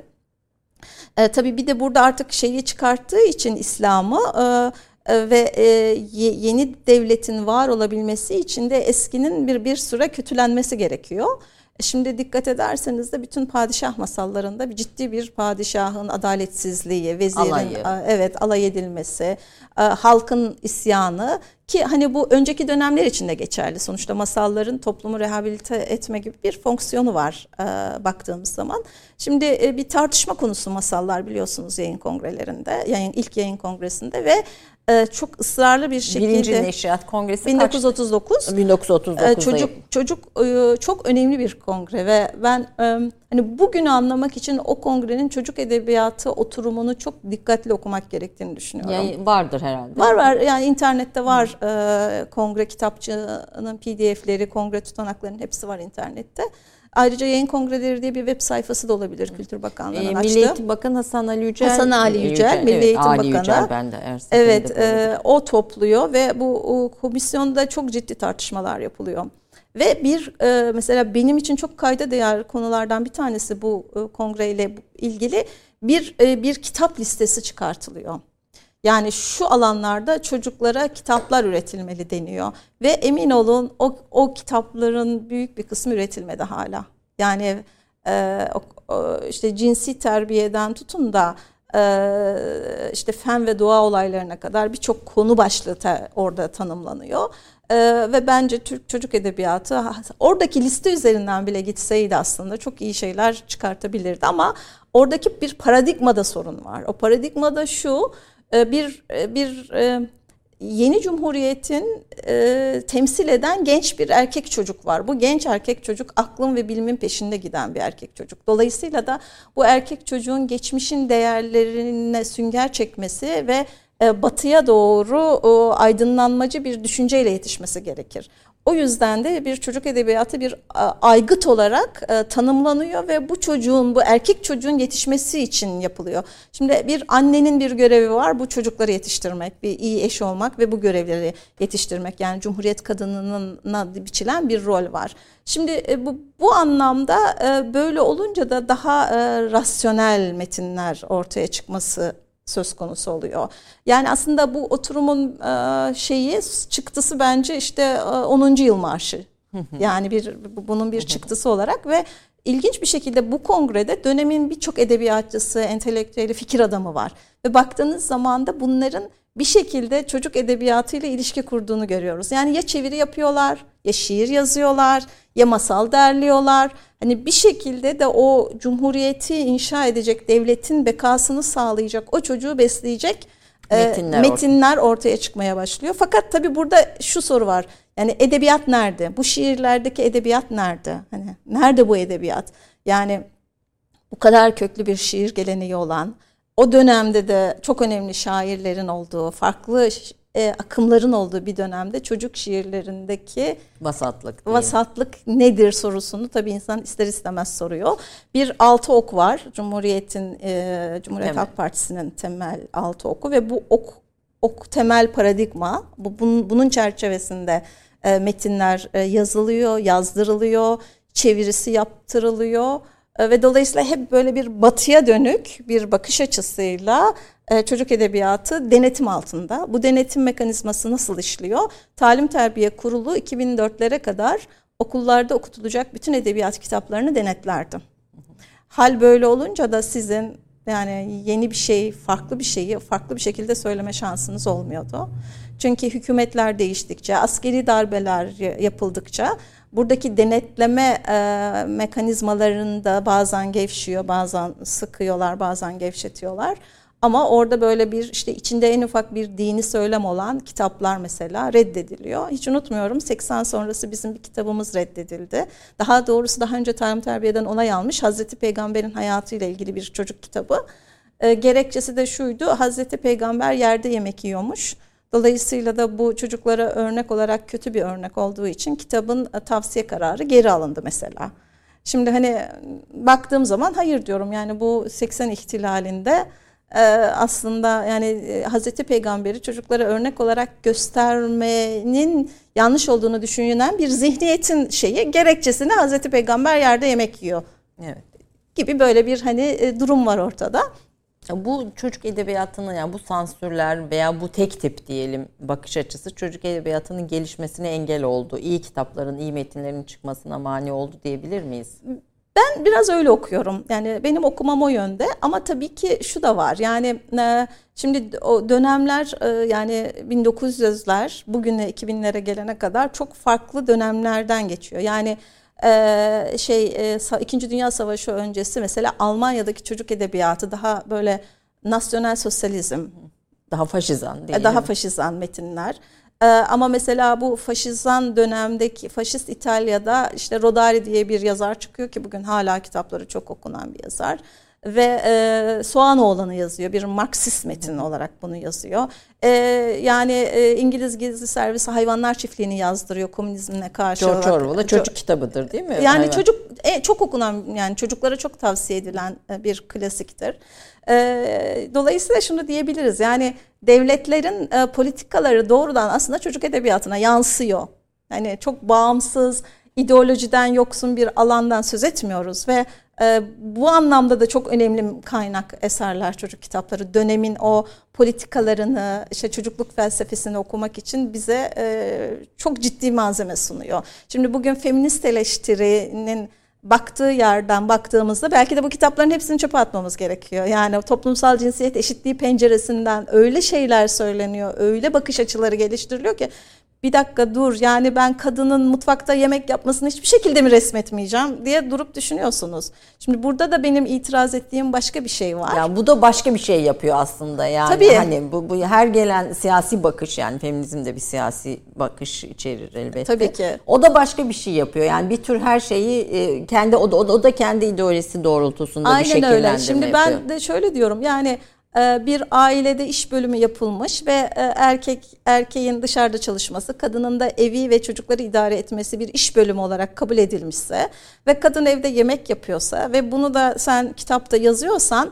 E, tabii bir de burada artık şeyi çıkarttığı için İslam'ı e, ve e, yeni devletin var olabilmesi için de eskinin bir bir süre kötülenmesi gerekiyor. Şimdi dikkat ederseniz de bütün padişah masallarında bir ciddi bir padişahın adaletsizliği, vezirin Alayı. evet alay edilmesi, halkın isyanı ki hani bu önceki dönemler için de geçerli. Sonuçta masalların toplumu rehabilite etme gibi bir fonksiyonu var baktığımız zaman. Şimdi bir tartışma konusu masallar biliyorsunuz yayın kongrelerinde, yayın ilk yayın kongresinde ve çok ısrarlı bir şekilde Birinci Neşriyat Kongresi bin dokuz yüz otuz dokuz bin dokuz yüz otuz dokuz'da çocuk çocuk çok önemli bir kongre ve ben Hani bugünü anlamak için o kongrenin çocuk edebiyatı oturumunu çok dikkatli okumak gerektiğini düşünüyorum. Yani vardır herhalde. Var var yani internette var e, kongre kitapçığının P D F'leri, kongre tutanaklarının hepsi var internette. Ayrıca Yayın Kongreleri diye bir web sayfası da olabilir Kültür Bakanlığı'nın e, açtığı. Milli Eğitim Bakanı Hasan Ali Yücel. Hasan Ali Yücel, Yücel Milli evet, Eğitim Ali Bakanı. Yücel, ben de her evet, e, o topluyor ve bu o, komisyonda çok ciddi tartışmalar yapılıyor. Ve bir e, mesela benim için çok kayda değer konulardan bir tanesi bu e, kongreyle ilgili bir e, bir kitap listesi çıkartılıyor. Yani şu alanlarda çocuklara kitaplar üretilmeli deniyor ve emin olun o, o kitapların büyük bir kısmı üretilmedi hala. Yani e, o, o, işte cinsi terbiyeden tutun da e, işte fen ve doğa olaylarına kadar birçok konu başlığı te, orada tanımlanıyor. Ee, ve bence Türk çocuk edebiyatı oradaki liste üzerinden bile gitseydi aslında çok iyi şeyler çıkartabilirdi ama oradaki bir paradigmada sorun var. O paradigmada şu bir bir yeni cumhuriyetin e, temsil eden genç bir erkek çocuk var. Bu genç erkek çocuk aklın ve bilimin peşinde giden bir erkek çocuk. Dolayısıyla da bu erkek çocuğun geçmişin değerlerine sünger çekmesi ve batıya doğru o, aydınlanmacı bir düşünceyle yetişmesi gerekir. O yüzden de bir çocuk edebiyatı bir aygıt olarak e, tanımlanıyor ve bu çocuğun, bu erkek çocuğun yetişmesi için yapılıyor. Şimdi bir annenin bir görevi var, bu çocukları yetiştirmek, bir iyi eş olmak ve bu görevleri yetiştirmek. Yani Cumhuriyet kadınına biçilen bir rol var. Şimdi e, bu, bu anlamda e, böyle olunca da daha e, rasyonel metinler ortaya çıkması söz konusu oluyor. Yani aslında bu oturumun şeyi çıktısı bence işte onuncu yıl marşı. Yani bir bunun bir çıktısı olarak ve ilginç bir şekilde bu kongrede dönemin birçok edebiyatçısı, entelektüeli, fikir adamı var. Ve baktığınız zaman da bunların bir şekilde çocuk edebiyatıyla ilişki kurduğunu görüyoruz. Yani ya çeviri yapıyorlar, ya şiir yazıyorlar, ya masal derliyorlar. Hani bir şekilde de o cumhuriyeti inşa edecek, devletin bekasını sağlayacak, o çocuğu besleyecek metinler, e, metinler ortaya çıkmaya başlıyor. Fakat tabii burada şu soru var. Yani edebiyat nerede? Bu şiirlerdeki edebiyat nerede? Hani nerede bu edebiyat? Yani bu kadar köklü bir şiir geleneği olan, o dönemde de çok önemli şairlerin olduğu, farklı e, akımların olduğu bir dönemde çocuk şiirlerindeki vasatlık, vasatlık nedir sorusunu tabii insan ister istemez soruyor. Bir altı ok var. Cumhuriyet'in e, Cumhuriyet temel. Halk Partisi'nin temel altı oku ve bu ok ok temel paradigma bu bunun, bunun çerçevesinde e, metinler e, yazılıyor, yazdırılıyor, çevirisi yaptırılıyor. Ve dolayısıyla hep böyle bir batıya dönük bir bakış açısıyla çocuk edebiyatı denetim altında. Bu denetim mekanizması nasıl işliyor? Talim Terbiye Kurulu iki bin dörtlere kadar okullarda okutulacak bütün edebiyat kitaplarını denetlerdi. Hal böyle olunca da sizin yani yeni bir şey, farklı bir şeyi farklı bir şekilde söyleme şansınız olmuyordu. Çünkü hükümetler değiştikçe, askeri darbeler yapıldıkça buradaki denetleme e, mekanizmalarında bazen gevşiyor, bazen sıkıyorlar, bazen gevşetiyorlar. Ama orada böyle bir işte içinde en ufak bir dini söylem olan kitaplar mesela reddediliyor. Hiç unutmuyorum seksen sonrası bizim bir kitabımız reddedildi. Daha doğrusu daha önce Talim Terbiye'den onay almış Hazreti Peygamber'in hayatıyla ilgili bir çocuk kitabı. E, gerekçesi de şuydu, Hazreti Peygamber yerde yemek yiyormuş. Dolayısıyla da bu çocuklara örnek olarak kötü bir örnek olduğu için kitabın tavsiye kararı geri alındı mesela. Şimdi hani baktığım zaman hayır diyorum yani bu seksen ihtilalinde aslında yani Hazreti Peygamber'i çocuklara örnek olarak göstermenin yanlış olduğunu düşünülen bir zihniyetin şeyi gerekçesini Hazreti Peygamber yerde yemek yiyor. Evet. Gibi böyle bir hani durum var ortada. Bu çocuk edebiyatının yani bu sansürler veya bu tek tip diyelim bakış açısı çocuk edebiyatının gelişmesine engel oldu. İyi kitapların, iyi metinlerin çıkmasına mani oldu diyebilir miyiz? Ben biraz öyle okuyorum. Yani benim okumam o yönde ama tabii ki şu da var. Yani şimdi o dönemler yani bin dokuz yüzler bugüne iki binlere gelene kadar çok farklı dönemlerden geçiyor. Yani Ee, şey e, İkinci Dünya Savaşı öncesi mesela Almanya'daki çocuk edebiyatı daha böyle nasyonel sosyalizm, daha faşizan değil daha mi? faşizan metinler. Ee, ama mesela bu faşizan dönemdeki faşist İtalya'da işte Rodari diye bir yazar çıkıyor ki bugün hala kitapları çok okunan bir yazar. Ve e, Soğanoğlan'ı yazıyor. Bir Marksist metin olarak bunu yazıyor. E, yani e, İngiliz Gizli Servisi Hayvanlar Çiftliği'ni yazdırıyor komünizmine karşı. George Orwell'ın çocuk kitabıdır değil mi? Yani Hayvan. çocuk e, çok okunan, yani çocuklara çok tavsiye edilen e, bir klasiktir. E, dolayısıyla şunu diyebiliriz. Yani devletlerin e, politikaları doğrudan aslında çocuk edebiyatına yansıyor. Yani çok bağımsız, ideolojiden yoksun bir alandan söz etmiyoruz ve e, bu anlamda da çok önemli kaynak eserler çocuk kitapları. Dönemin o politikalarını, işte çocukluk felsefesini okumak için bize e, çok ciddi malzeme sunuyor. Şimdi bugün feminist eleştirinin baktığı yerden baktığımızda belki de bu kitapların hepsini çöpe atmamız gerekiyor. Yani toplumsal cinsiyet eşitliği penceresinden öyle şeyler söyleniyor, öyle bakış açıları geliştiriliyor ki bir dakika dur, yani ben kadının mutfakta yemek yapmasını hiçbir şekilde mi resmetmeyeceğim diye durup düşünüyorsunuz. Şimdi burada da benim itiraz ettiğim başka bir şey var. Ya bu da başka bir şey yapıyor aslında. Yani Tabii. hani bu, bu her gelen siyasi bakış, yani feminizm de bir siyasi bakış içerir elbette. Tabii ki. O da başka bir şey yapıyor. Yani bir tür her şeyi kendi o da, o da kendi ideolojisi doğrultusunda Aynen bir şekillendirme öyle. Şimdi yapıyor. ben de şöyle diyorum, yani bir ailede iş bölümü yapılmış ve erkek erkeğin dışarıda çalışması, kadının da evi ve çocukları idare etmesi bir iş bölümü olarak kabul edilmişse ve kadın evde yemek yapıyorsa ve bunu da sen kitapta yazıyorsan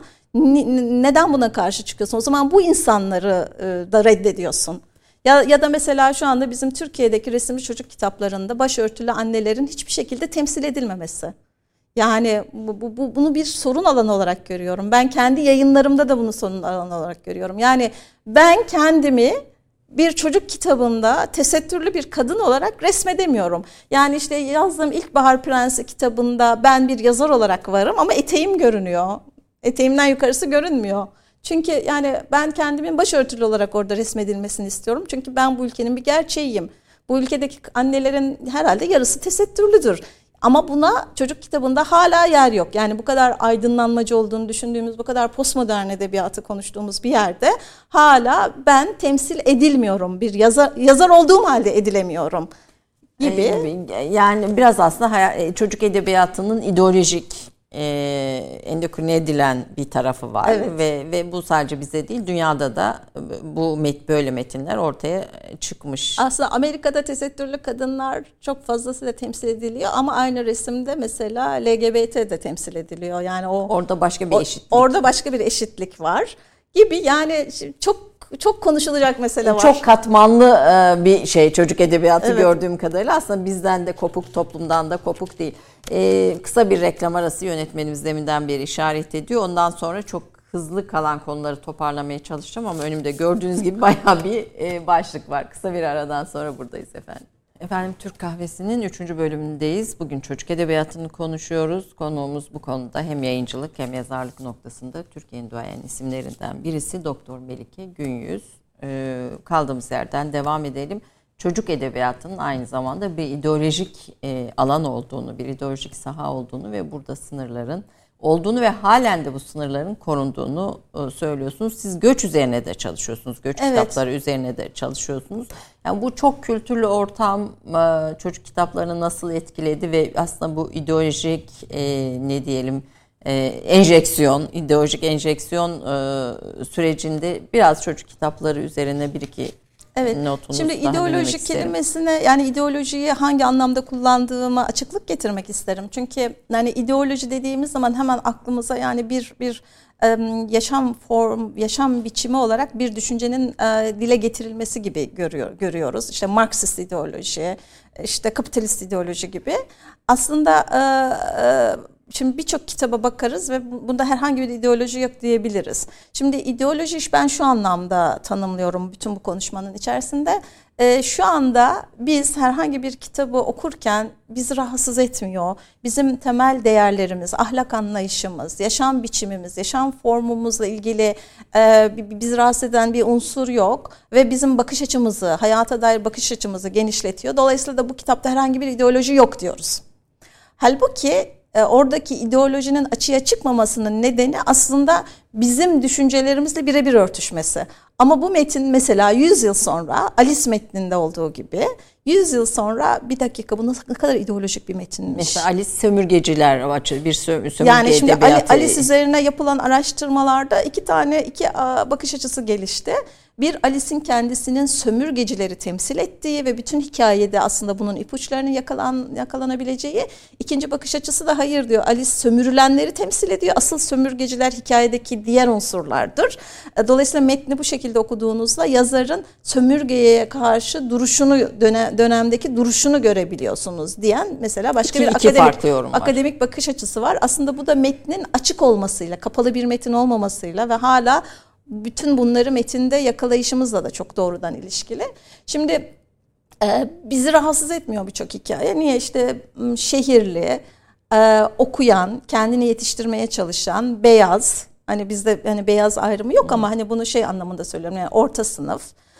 neden buna karşı çıkıyorsun? O zaman bu insanları da reddediyorsun. Ya, ya da mesela şu anda bizim Türkiye'deki resimli çocuk kitaplarında başörtülü annelerin hiçbir şekilde temsil edilmemesi. Yani bu, bu, bunu bir sorun alanı olarak görüyorum. Ben kendi yayınlarımda da bunu sorun alanı olarak görüyorum. Yani ben kendimi bir çocuk kitabında tesettürlü bir kadın olarak resmedemiyorum. Yani işte yazdığım İlkbahar Prensi kitabında ben bir yazar olarak varım ama eteğim görünüyor. Eteğimden yukarısı görünmüyor. Çünkü yani ben kendimin başörtülü olarak orada resmedilmesini istiyorum. Çünkü ben bu ülkenin bir gerçeğiyim. Bu ülkedeki annelerin herhalde yarısı tesettürlüdür. Ama buna çocuk kitabında hala yer yok. Yani bu kadar aydınlanmacı olduğunu düşündüğümüz, bu kadar postmodern edebiyatı konuştuğumuz bir yerde hala ben temsil edilmiyorum. Bir yazar, yazar olduğum halde edilemiyorum gibi. Yani biraz aslında çocuk edebiyatının ideolojik e, endokrine edilen bir tarafı var. Evet. Ve ve bu sadece bize değil, dünyada da bu met, böyle metinler ortaya çıkmış. Aslında Amerika'da tesettürlü kadınlar çok fazlasıyla temsil ediliyor ama aynı resimde mesela L G B T de temsil ediliyor. Yani o orada başka bir eşitlik. Orada başka bir eşitlik var gibi. Yani çok çok konuşulacak mesele var. Çok katmanlı bir şey çocuk edebiyatı, evet. Gördüğüm kadarıyla aslında bizden de kopuk, toplumdan da kopuk değil. Ee, kısa bir reklam arası, yönetmenimiz deminden beri işaret ediyor. Ondan sonra çok hızlı kalan konuları toparlamaya çalışacağım ama önümde gördüğünüz gibi bayağı bir e, başlık var. Kısa bir aradan sonra buradayız efendim. Efendim Türk Kahvesi'nin üçüncü bölümündeyiz. Bugün çocuk edebiyatını konuşuyoruz. Konuğumuz bu konuda hem yayıncılık hem yazarlık noktasında Türkiye'nin duayen isimlerinden birisi Doktor Melike Günyüz. Ee, kaldığımız yerden devam edelim. Çocuk edebiyatının aynı zamanda bir ideolojik e, alan olduğunu, bir ideolojik saha olduğunu ve burada sınırların olduğunu ve halen de bu sınırların korunduğunu e, söylüyorsunuz. Siz göç üzerine de çalışıyorsunuz. Göç evet. kitapları üzerine de çalışıyorsunuz. Yani bu çok kültürlü ortam e, çocuk kitaplarını nasıl etkiledi ve aslında bu ideolojik e, ne diyelim e, enjeksiyon, ideolojik enjeksiyon e, sürecinde biraz çocuk kitapları üzerine bir iki Evet. Şimdi ideoloji kelimesine, yani ideolojiyi hangi anlamda kullandığıma açıklık getirmek isterim. Çünkü yani ideoloji dediğimiz zaman hemen aklımıza yani bir bir yaşam form, yaşam biçimi olarak bir düşüncenin dile getirilmesi gibi görüyor görüyoruz. İşte Marksist ideoloji, işte kapitalist ideoloji gibi. Aslında şimdi birçok kitaba bakarız ve bunda herhangi bir ideoloji yok diyebiliriz. Şimdi ideoloji ben şu anlamda tanımlıyorum bütün bu konuşmanın içerisinde. Ee, şu anda biz herhangi bir kitabı okurken bizi rahatsız etmiyor. Bizim temel değerlerimiz, ahlak anlayışımız, yaşam biçimimiz, yaşam formumuzla ilgili e, bizi rahatsız eden bir unsur yok. Ve bizim bakış açımızı, hayata dair bakış açımızı genişletiyor. Dolayısıyla da bu kitapta herhangi bir ideoloji yok diyoruz. Halbuki e, oradaki ideolojinin açığa çıkmamasının nedeni aslında bizim düşüncelerimizle birebir örtüşmesi. Ama bu metin mesela yüz yıl sonra Alice metninde olduğu gibi yüz yıl sonra bir dakika bu ne kadar ideolojik bir metinmiş. Mesela Alice sömürgeciler açı bir sömürge yani şimdi edebiyatı. Alice üzerine yapılan araştırmalarda iki tane iki bakış açısı gelişti. Bir, Alice'in kendisinin sömürgecileri temsil ettiği ve bütün hikayede aslında bunun ipuçlarının yakalan, yakalanabileceği. İkinci bakış açısı da hayır diyor. Alice sömürülenleri temsil ediyor. Asıl sömürgeciler hikayedeki diğer unsurlardır. Dolayısıyla metni bu şekilde okuduğunuzda yazarın sömürgeye karşı duruşunu, dönem, dönemdeki duruşunu görebiliyorsunuz diyen mesela başka iki, bir iki akademik, akademik bakış açısı var. Aslında bu da metnin açık olmasıyla, kapalı bir metin olmamasıyla ve hala bütün bunları metinde yakalayışımızla da çok doğrudan ilişkili. Şimdi e, bizi rahatsız etmiyor birçok hikaye. Niye? İşte şehirli, e, okuyan, kendini yetiştirmeye çalışan, beyaz. Hani bizde hani beyaz ayrımı yok ama hani bunu şey anlamında söylüyorum. Yani orta sınıf,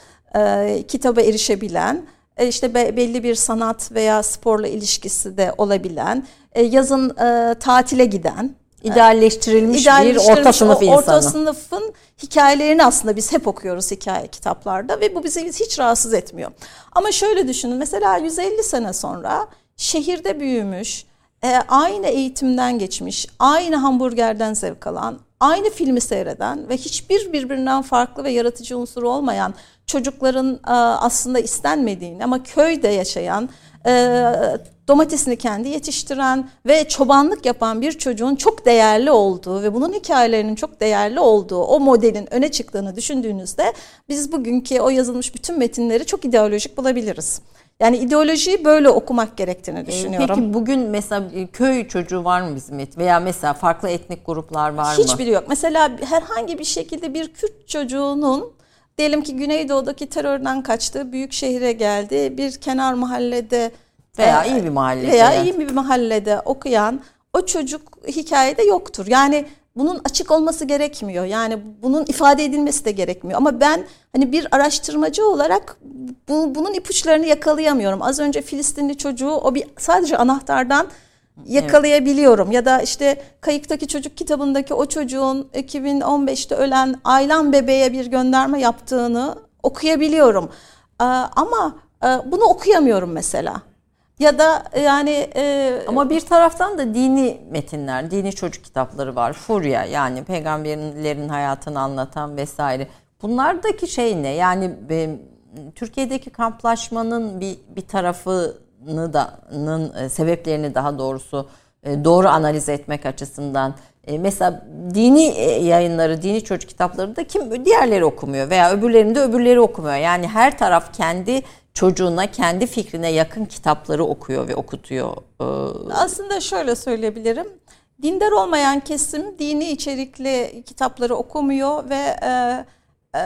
e, kitaba erişebilen, e, işte be, belli bir sanat veya sporla ilişkisi de olabilen, e, yazın e, tatile giden. İdealleştirilmiş, İdealleştirilmiş bir orta sınıf insanı. Orta sınıfın hikayelerini aslında biz hep okuyoruz hikaye kitaplarda ve bu bizi hiç rahatsız etmiyor. Ama şöyle düşünün, mesela yüz elli sene sonra şehirde büyümüş, e, aynı eğitimden geçmiş, aynı hamburgerden zevk alan, aynı filmi seyreden ve hiçbir birbirinden farklı ve yaratıcı unsuru olmayan çocukların e, aslında istenmediğini ama köyde yaşayan, e, domatesini kendi yetiştiren ve çobanlık yapan bir çocuğun çok değerli olduğu ve bunun hikayelerinin çok değerli olduğu o modelin öne çıktığını düşündüğünüzde biz bugünkü o yazılmış bütün metinleri çok ideolojik bulabiliriz. Yani ideolojiyi böyle okumak gerektiğini düşünüyorum. Peki bugün mesela köy çocuğu var mı bizim et veya mesela farklı etnik gruplar var mı? Hiçbiri yok. Mesela herhangi bir şekilde bir Kürt çocuğunun diyelim ki Güneydoğu'daki terörden kaçtığı büyük şehre geldi, bir kenar mahallede veya iyi bir mahallede veya iyi bir mahallede okuyan o çocuk hikayede yoktur. Yani bunun açık olması gerekmiyor. Yani bunun ifade edilmesi de gerekmiyor. Ama ben hani bir araştırmacı olarak bu, bunun ipuçlarını yakalayamıyorum. Az önce Filistinli çocuğu o bir sadece anahtardan yakalayabiliyorum. Evet. Ya da işte Kayıktaki Çocuk kitabındaki o çocuğun iki bin on beşte ölen Aylan bebeğe bir gönderme yaptığını okuyabiliyorum. Ama bunu okuyamıyorum mesela. Ya da yani e, ama bir taraftan da dini metinler, dini çocuk kitapları var. Furya, yani peygamberlerin hayatını anlatan vesaire. Bunlardaki şey ne? Yani e, Türkiye'deki kamplaşmanın bir bir tarafını da nın sebeplerini daha doğrusu e, doğru analiz etmek açısından e, mesela dini yayınları, dini çocuk kitapları da kim diğerleri okumuyor veya öbürlerinde öbürleri okumuyor. Yani her taraf kendi çocuğuna, kendi fikrine yakın kitapları okuyor ve okutuyor. Aslında şöyle söyleyebilirim. Dindar olmayan kesim dini içerikli kitapları okumuyor ve e, e,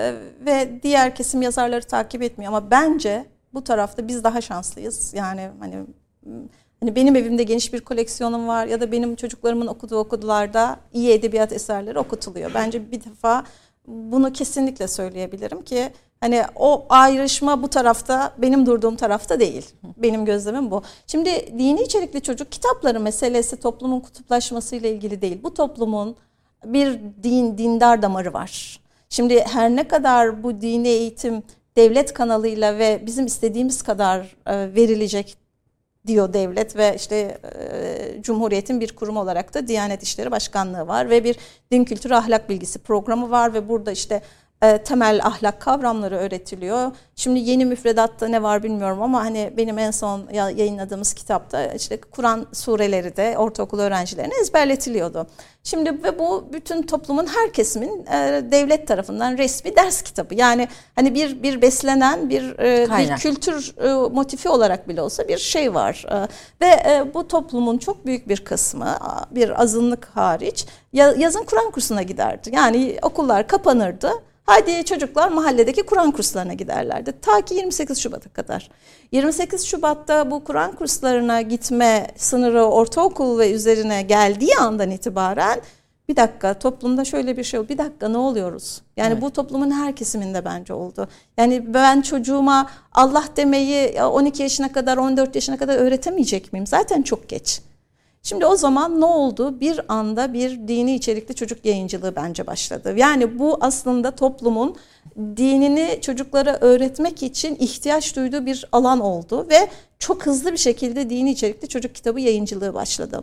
ve diğer kesim yazarları takip etmiyor. Ama bence bu tarafta biz daha şanslıyız. Yani hani hani benim evimde geniş bir koleksiyonum var ya da benim çocuklarımın okuduğu okullarda iyi edebiyat eserleri okutuluyor. Bence bir defa bunu kesinlikle söyleyebilirim ki hani o ayrışma bu tarafta, benim durduğum tarafta değil. Benim gözlemim bu. Şimdi dini içerikli çocuk kitapları meselesi toplumun kutuplaşmasıyla ilgili değil. Bu toplumun bir din, dindar damarı var. Şimdi her ne kadar bu dini eğitim devlet kanalıyla ve bizim istediğimiz kadar verilecek diyor devlet ve işte e, Cumhuriyet'in bir kurumu olarak da Diyanet İşleri Başkanlığı var ve bir din kültürü ahlak bilgisi programı var ve burada işte e, temel ahlak kavramları öğretiliyor. Şimdi yeni müfredatta ne var bilmiyorum ama hani benim en son yayınladığımız kitapta işte Kur'an sureleri de ortaokul öğrencilerine ezberletiliyordu. Şimdi ve bu bütün toplumun her kesimin e, devlet tarafından resmi ders kitabı. Yani hani bir bir beslenen bir e, bir kültür e, motifi olarak bile olsa bir şey var. E, ve e, bu toplumun çok büyük bir kısmı, bir azınlık hariç yazın Kur'an kursuna giderdi. Yani okullar kapanırdı. Hadi çocuklar mahalledeki Kur'an kurslarına giderlerdi. Ta ki yirmi sekiz Şubat'a kadar. yirmi sekiz Şubat'ta bu Kur'an kurslarına gitme sınırı ortaokul ve üzerine geldiği andan itibaren bir dakika toplumda şöyle bir şey oldu. Bir dakika ne oluyoruz? Yani evet. Bu toplumun her kesiminde bence oldu. Yani ben çocuğuma Allah demeyi on iki yaşına kadar, on dört yaşına kadar öğretemeyecek miyim? Zaten çok geç. Şimdi o zaman ne oldu? Bir anda bir dini içerikli çocuk yayıncılığı bence başladı. Yani bu aslında toplumun dinini çocuklara öğretmek için ihtiyaç duyduğu bir alan oldu ve çok hızlı bir şekilde dini içerikli çocuk kitabı yayıncılığı başladı.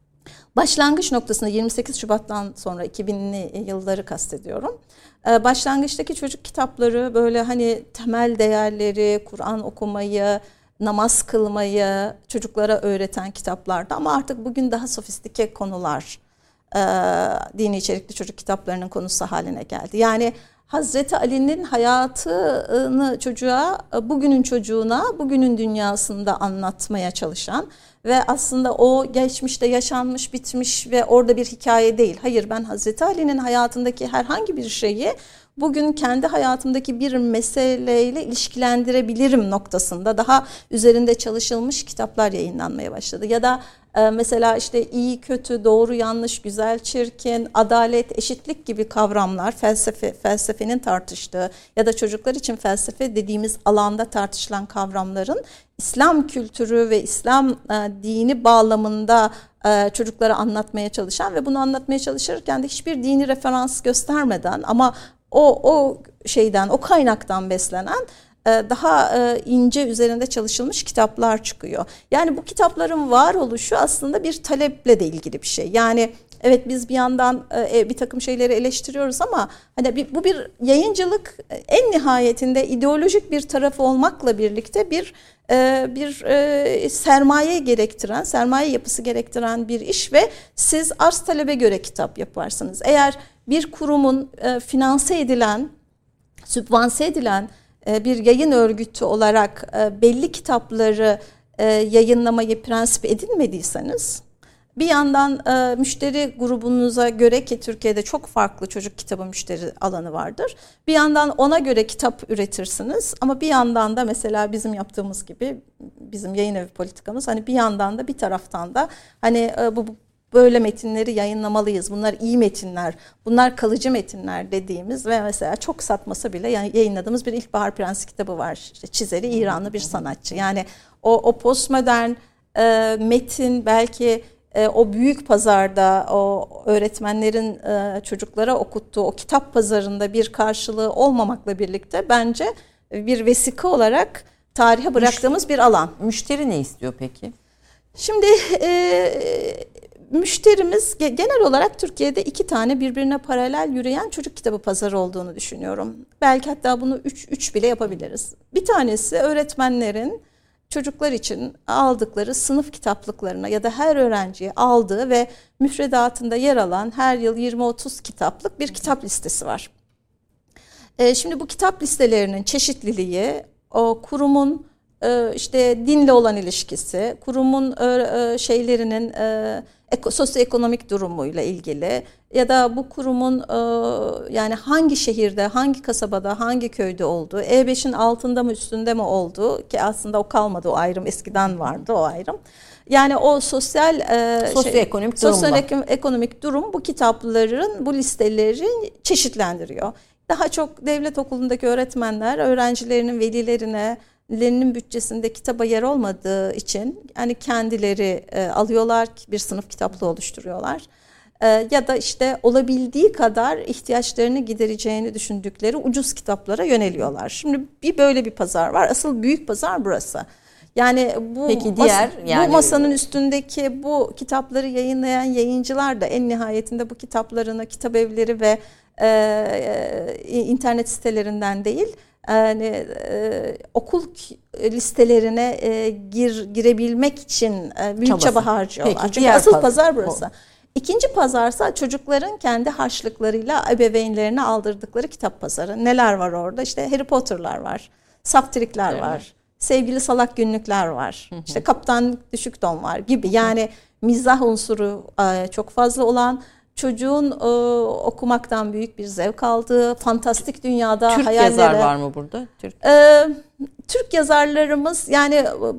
Başlangıç noktasında yirmi sekiz Şubat'tan sonra iki binli yılları kastediyorum. Başlangıçtaki çocuk kitapları böyle hani temel değerleri, Kur'an okumayı, namaz kılmayı çocuklara öğreten kitaplardı. Ama artık bugün daha sofistike konular e, dini içerikli çocuk kitaplarının konusu haline geldi. Yani Hazreti Ali'nin hayatını çocuğa, bugünün çocuğuna, bugünün dünyasında anlatmaya çalışan ve aslında o geçmişte yaşanmış, bitmiş ve orada bir hikaye değil. Hayır, ben Hazreti Ali'nin hayatındaki herhangi bir şeyi bugün kendi hayatımdaki bir meseleyle ilişkilendirebilirim noktasında daha üzerinde çalışılmış kitaplar yayınlanmaya başladı. Ya da e, mesela işte iyi, kötü, doğru, yanlış, güzel, çirkin, adalet, eşitlik gibi kavramlar felsefe felsefenin tartıştığı ya da çocuklar için felsefe dediğimiz alanda tartışılan kavramların İslam kültürü ve İslam e, dini bağlamında e, çocuklara anlatmaya çalışan ve bunu anlatmaya çalışırken de hiçbir dini referans göstermeden ama o o şeyden, o kaynaktan beslenen daha ince üzerinde çalışılmış kitaplar çıkıyor. Yani bu kitapların varoluşu aslında bir taleple de ilgili bir şey. Yani evet, biz bir yandan bir takım şeyleri eleştiriyoruz ama hani bu bir yayıncılık, en nihayetinde ideolojik bir tarafı olmakla birlikte bir bir sermaye gerektiren, sermaye yapısı gerektiren bir iş ve siz arz talebe göre kitap yaparsınız. Eğer bir kurumun finanse edilen, sübvanse edilen bir yayın örgütü olarak belli kitapları yayınlamayı prensip edinmediyseniz, bir yandan e, müşteri grubunuza göre, ki Türkiye'de çok farklı çocuk kitabı müşteri alanı vardır. Bir yandan ona göre kitap üretirsiniz ama bir yandan da mesela bizim yaptığımız gibi, bizim yayın evi politikamız, hani bir yandan da bir taraftan da hani e, bu böyle metinleri yayınlamalıyız. Bunlar iyi metinler, bunlar kalıcı metinler dediğimiz ve mesela çok satmasa bile yani yayınladığımız bir İlkbahar Prensi kitabı var. İşte çizeri İranlı bir sanatçı. Yani o, o postmodern e, metin belki e, o büyük pazarda o öğretmenlerin e, çocuklara okuttuğu o kitap pazarında bir karşılığı olmamakla birlikte bence bir vesika olarak tarihe bıraktığımız bir alan. Müşteri ne istiyor peki? Şimdi e, müşterimiz genel olarak Türkiye'de iki tane birbirine paralel yürüyen çocuk kitabı pazarı olduğunu düşünüyorum. Belki hatta bunu üç, üç bile yapabiliriz. Bir tanesi öğretmenlerin çocuklar için aldıkları sınıf kitaplıklarına ya da her öğrenciye aldığı ve müfredatında yer alan her yıl yirmi otuz kitaplık bir kitap listesi var. E, şimdi bu kitap listelerinin çeşitliliği, o kurumun e, işte dinle olan ilişkisi, kurumun e, şeylerinin e, eko, sosyoekonomik durumuyla ilgili ya da bu kurumun e, yani hangi şehirde, hangi kasabada, hangi köyde olduğu, E beşin altında mı üstünde mi olduğu, ki aslında o kalmadı, o ayrım eskiden vardı o ayrım. Yani o sosyal e, sosyoekonomik şey, durum sosyoekonomik durum bu kitapların, bu listeleri çeşitlendiriyor. Daha çok devlet okulundaki öğretmenler öğrencilerinin velilerine, lerinin bütçesinde kitaba yer olmadığı için yani kendileri e, alıyorlar, bir sınıf kitaplığı oluşturuyorlar. E, ya da işte olabildiği kadar ihtiyaçlarını gidereceğini düşündükleri ucuz kitaplara yöneliyorlar. Şimdi bir böyle bir pazar var. Asıl büyük pazar burası. Yani bu, Peki diğer, masa, yani... bu masanın üstündeki bu kitapları yayınlayan yayıncılar da en nihayetinde bu kitaplarını kitapevleri ve e, e, internet sitelerinden değil, yani e, okul listelerine e, gir girebilmek için e, büyük Çabası. çaba harcıyorlar. Peki, çünkü asıl pazar, pazar burası. O. İkinci pazarsa çocukların kendi harçlıklarıyla ebeveynlerine aldırdıkları kitap pazarı. Neler var orada? İşte Harry Potter'lar var, Saftirikler evet. var, Sevgili Salak Günlükler var, hı hı. işte Kaptan Düşük Don var gibi. Yani mizah unsuru e, çok fazla olan, çocuğun e, okumaktan büyük bir zevk aldığı, fantastik dünyada Türk hayallere... yazar var mı burada? Türk. E, Türk yazarlarımız yani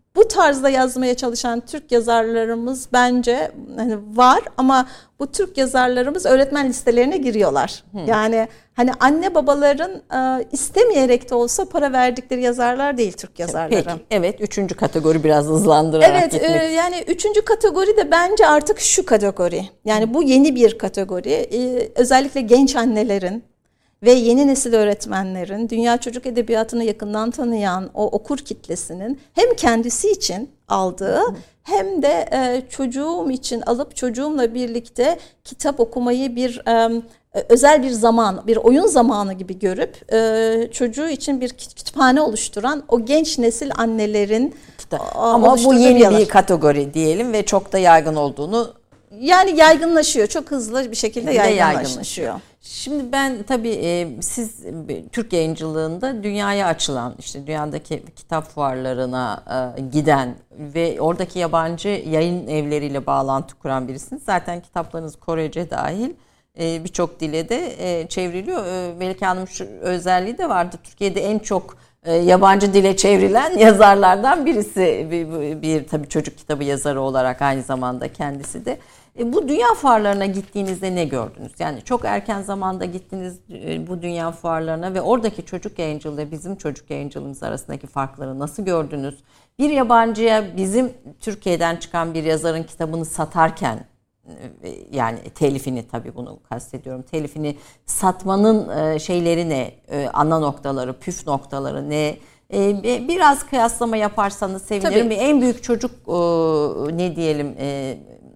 bu tarzda yazmaya çalışan Türk yazarlarımız bence hani var ama bu Türk yazarlarımız öğretmen listelerine giriyorlar. Hmm. Yani hani anne babaların e, istemeyerek de olsa para verdikleri yazarlar değil Türk yazarları. Peki, evet, üçüncü kategori biraz hızlandırarak evet, gitmek. Evet, e, yani üçüncü kategori de bence artık şu kategori. Yani hmm. bu yeni bir kategori. E, özellikle genç annelerin ve yeni nesil öğretmenlerin, dünya çocuk edebiyatını yakından tanıyan o okur kitlesinin hem kendisi için aldığı hem de e, çocuğum için alıp çocuğumla birlikte kitap okumayı bir e, özel bir zaman, bir oyun zamanı gibi görüp e, çocuğu için bir kütüphane oluşturan o genç nesil annelerin ama bu yeni bir, bir kategori diyelim ve çok da yaygın olduğunu. Yani yaygınlaşıyor. Çok hızlı bir şekilde yaygınlaşıyor. Şimdi ben tabii e, siz Türk yayıncılığında dünyaya açılan, işte dünyadaki kitap fuarlarına e, giden ve oradaki yabancı yayın evleriyle bağlantı kuran birisiniz. Zaten kitaplarınız Korece dahil e, birçok dile de e, çevriliyor. E, Melike Hanım şu özelliği de vardı. Türkiye'de en çok e, yabancı dile çevrilen yazarlardan birisi. Bir, bir, bir tabii çocuk kitabı yazarı olarak aynı zamanda kendisi de. E, bu dünya fuarlarına gittiğinizde ne gördünüz? Yani çok erken zamanda gittiniz e, bu dünya fuarlarına ve oradaki çocuk yayıncılığı bizim çocuk yayıncılığımız arasındaki farkları nasıl gördünüz? Bir yabancıya bizim Türkiye'den çıkan bir yazarın kitabını satarken e, yani telifini, tabii bunu kastediyorum, telifini satmanın e, şeyleri ne? E, ana noktaları, püf noktaları ne? E, biraz kıyaslama yaparsanız sevinirim. Tabii. En büyük çocuk e, ne diyelim e,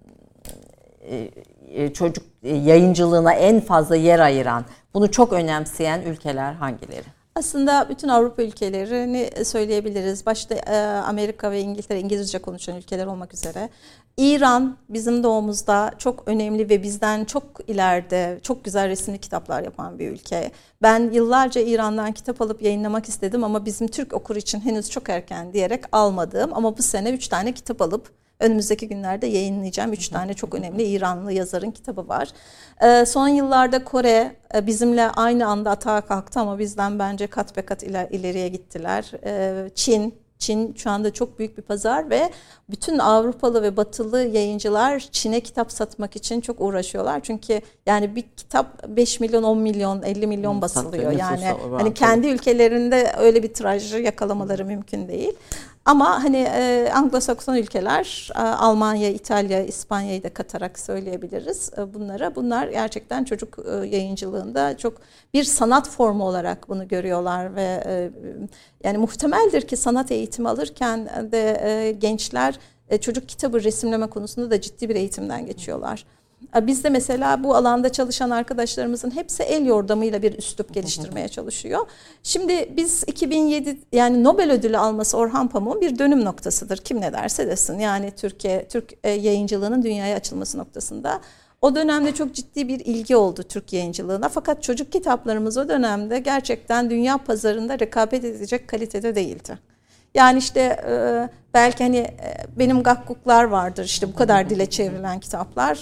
çocuk yayıncılığına en fazla yer ayıran, bunu çok önemseyen ülkeler hangileri? Aslında bütün Avrupa ülkelerini söyleyebiliriz. Başta Amerika ve İngiltere, İngilizce konuşan ülkeler olmak üzere. İran bizim doğumuzda çok önemli ve bizden çok ileride çok güzel resimli kitaplar yapan bir ülke. Ben yıllarca İran'dan kitap alıp yayınlamak istedim ama bizim Türk okur için henüz çok erken diyerek almadığım ama bu sene üç tane kitap alıp önümüzdeki günlerde yayınlayacağım. Üç tane çok önemli İranlı yazarın kitabı var. Ee, son yıllarda Kore e, bizimle aynı anda atağa kalktı ama bizden bence kat be kat iler, ileriye gittiler. Ee, Çin, Çin şu anda çok büyük bir pazar ve bütün Avrupalı ve Batılı yayıncılar Çin'e kitap satmak için çok uğraşıyorlar. Çünkü yani bir kitap beş milyon, on milyon, elli milyon basılıyor. Yani hani kendi ülkelerinde öyle bir tirajı yakalamaları mümkün değil. Ama hani e, Anglo-Sakson ülkeler, e, Almanya, İtalya, İspanya'yı da katarak söyleyebiliriz e, bunlara. Bunlar gerçekten çocuk e, yayıncılığında çok bir sanat formu olarak bunu görüyorlar ve e, yani muhtemeldir ki sanat eğitimi alırken de e, gençler e, çocuk kitabı resimleme konusunda da ciddi bir eğitimden geçiyorlar. Bizde mesela bu alanda çalışan arkadaşlarımızın hepsi el yordamıyla bir üslup geliştirmeye çalışıyor. Şimdi biz iki bin yedi yani Nobel ödülü alması Orhan Pamuk'un bir dönüm noktasıdır. Kim ne derse desin. Yani Türkiye Türk yayıncılığının dünyaya açılması noktasında. O dönemde çok ciddi bir ilgi oldu Türk yayıncılığına. Fakat çocuk kitaplarımız o dönemde gerçekten dünya pazarında rekabet edecek kalitede değildi. Yani işte belki hani benim gakkuklar vardır işte bu kadar dile çevrilen kitaplar.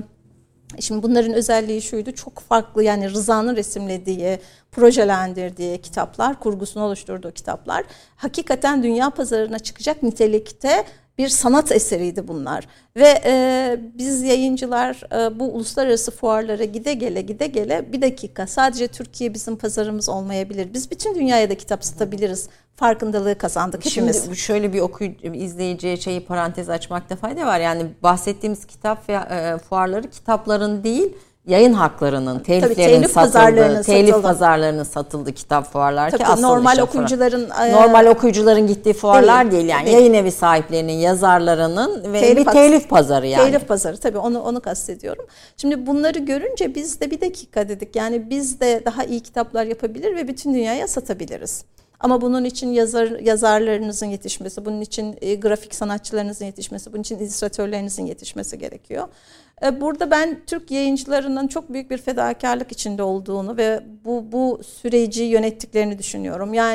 Şimdi bunların özelliği şuydu, çok farklı yani Rıza'nın resimlediği, projelendirdiği kitaplar, kurgusunu oluşturduğu kitaplar hakikaten dünya pazarına çıkacak nitelikte bir sanat eseriydi bunlar. Ve e, biz yayıncılar e, bu uluslararası fuarlara gide gele gide gele bir dakika sadece Türkiye bizim pazarımız olmayabilir. Biz bütün dünyaya da kitap satabiliriz. Farkındalığı kazandık hepimiz. Şimdi şöyle bir okuyucu, izleyiciye şeyi parantez açmakta fayda var. Yani bahsettiğimiz kitap ve e, fuarları kitapların değil, yayın haklarının, teliflerin telif satıldığı, telif satıldı. pazarlarının satıldığı kitap fuarlar Tabii ki asıl normal okuyucuların fuar. normal okuyucuların gittiği fuarlar değil, değil yani değil. Yayın evi sahiplerinin, yazarlarının ve telif bir telif pazarı yani. Telif pazarı tabii onu onu kastediyorum. Şimdi bunları görünce biz de bir dakika dedik. Yani biz de daha iyi kitaplar yapabilir ve bütün dünyaya satabiliriz. Ama bunun için yazar yazarlarınızın yetişmesi, bunun için e, grafik sanatçılarınızın yetişmesi, bunun için illüstratörlerinizin yetişmesi gerekiyor. E, burada ben Türk yayıncılarının çok büyük bir fedakarlık içinde olduğunu ve bu bu süreci yönettiklerini düşünüyorum. Yani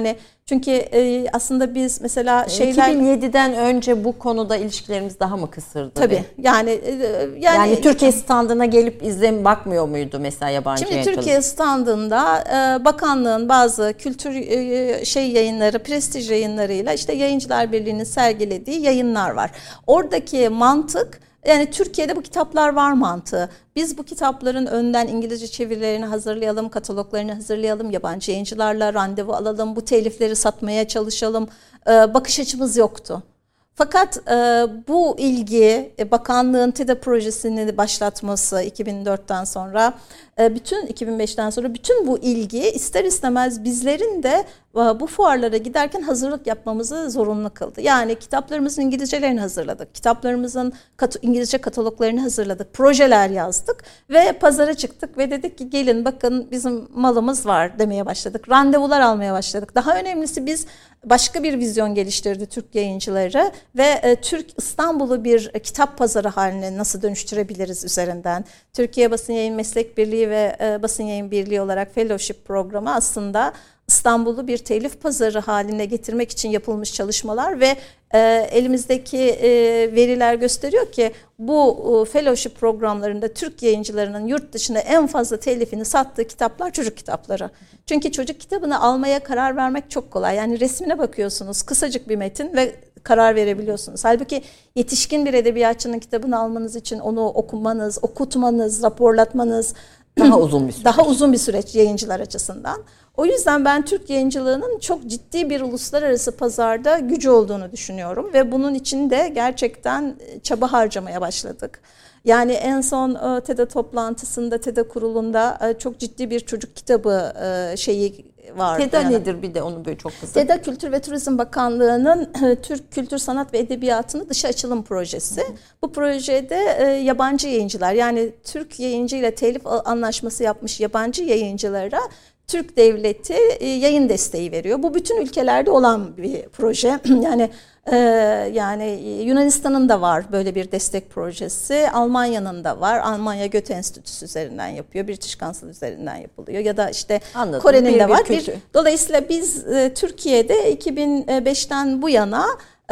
Çünkü e, aslında biz mesela şeyler... iki bin yediden önce bu konuda ilişkilerimiz daha mı kısırdı? Tabii. Yani, e, yani yani Türkiye standına gelip izlem bakmıyor muydu mesela yabancı Şimdi yayıncılık? Türkiye standında e, bakanlığın bazı kültür e, şey yayınları, prestij yayınlarıyla işte Yayıncılar Birliği'nin sergilediği yayınlar var. Oradaki mantık, yani Türkiye'de bu kitaplar var mantığı. Biz bu kitapların önden İngilizce çevirilerini hazırlayalım, kataloglarını hazırlayalım, yabancı yayıncılarla randevu alalım, bu telifleri satmaya çalışalım. Ee, bakış açımız yoktu. Fakat e, bu ilgi, e, bakanlığın TEDA projesini başlatması iki bin dörtten sonra, e, bütün iki bin beşten sonra bütün bu ilgi ister istemez bizlerin de e, bu fuarlara giderken hazırlık yapmamızı zorunlu kıldı. Yani kitaplarımızın İngilizcelerini hazırladık, kitaplarımızın kat- İngilizce kataloglarını hazırladık, projeler yazdık ve pazara çıktık ve dedik ki gelin bakın bizim malımız var demeye başladık. Randevular almaya başladık. Daha önemlisi biz başka bir vizyon geliştirdi Türk yayıncıları ve e, Türk İstanbul'u bir e, kitap pazarı haline nasıl dönüştürebiliriz üzerinden. Türkiye Basın Yayın Meslek Birliği ve e, Basın Yayın Birliği olarak Fellowship programı aslında İstanbul'u bir telif pazarı haline getirmek için yapılmış çalışmalar ve e, elimizdeki e, veriler gösteriyor ki bu e, fellowship programlarında Türk yayıncılarının yurt dışında en fazla telifini sattığı kitaplar çocuk kitapları. Çünkü çocuk kitabını almaya karar vermek çok kolay. Yani resmine bakıyorsunuz, kısacık bir metin ve karar verebiliyorsunuz. Halbuki yetişkin bir edebiyatçının kitabını almanız için onu okumanız, okutmanız, raporlatmanız daha uzun bir süreç. Daha uzun bir süreç yayıncılar açısından. O yüzden ben Türk yayıncılığının çok ciddi bir uluslararası pazarda gücü olduğunu düşünüyorum ve bunun için de gerçekten çaba harcamaya başladık. Yani en son TEDA toplantısında, TEDA kurulunda çok ciddi bir çocuk kitabı şeyi vardı. TEDA yani. nedir bir de onu böyle çok kısa. TEDA Kültür ve Turizm Bakanlığı'nın Türk Kültür Sanat ve Edebiyatı'nı dışa açılım projesi. Hı hı. Bu projede yabancı yayıncılar, yani Türk yayıncı ile telif anlaşması yapmış yabancı yayıncılara Türk devleti yayın desteği veriyor. Bu bütün ülkelerde olan bir proje. yani e, yani Yunanistan'ın da var böyle bir destek projesi. Almanya'nın da var. Almanya Goethe Enstitüsü üzerinden yapıyor. British Council üzerinden yapılıyor. Ya da işte Anladım. Kore'nin de var. Bir, dolayısıyla biz e, Türkiye'de iki bin beşten bu yana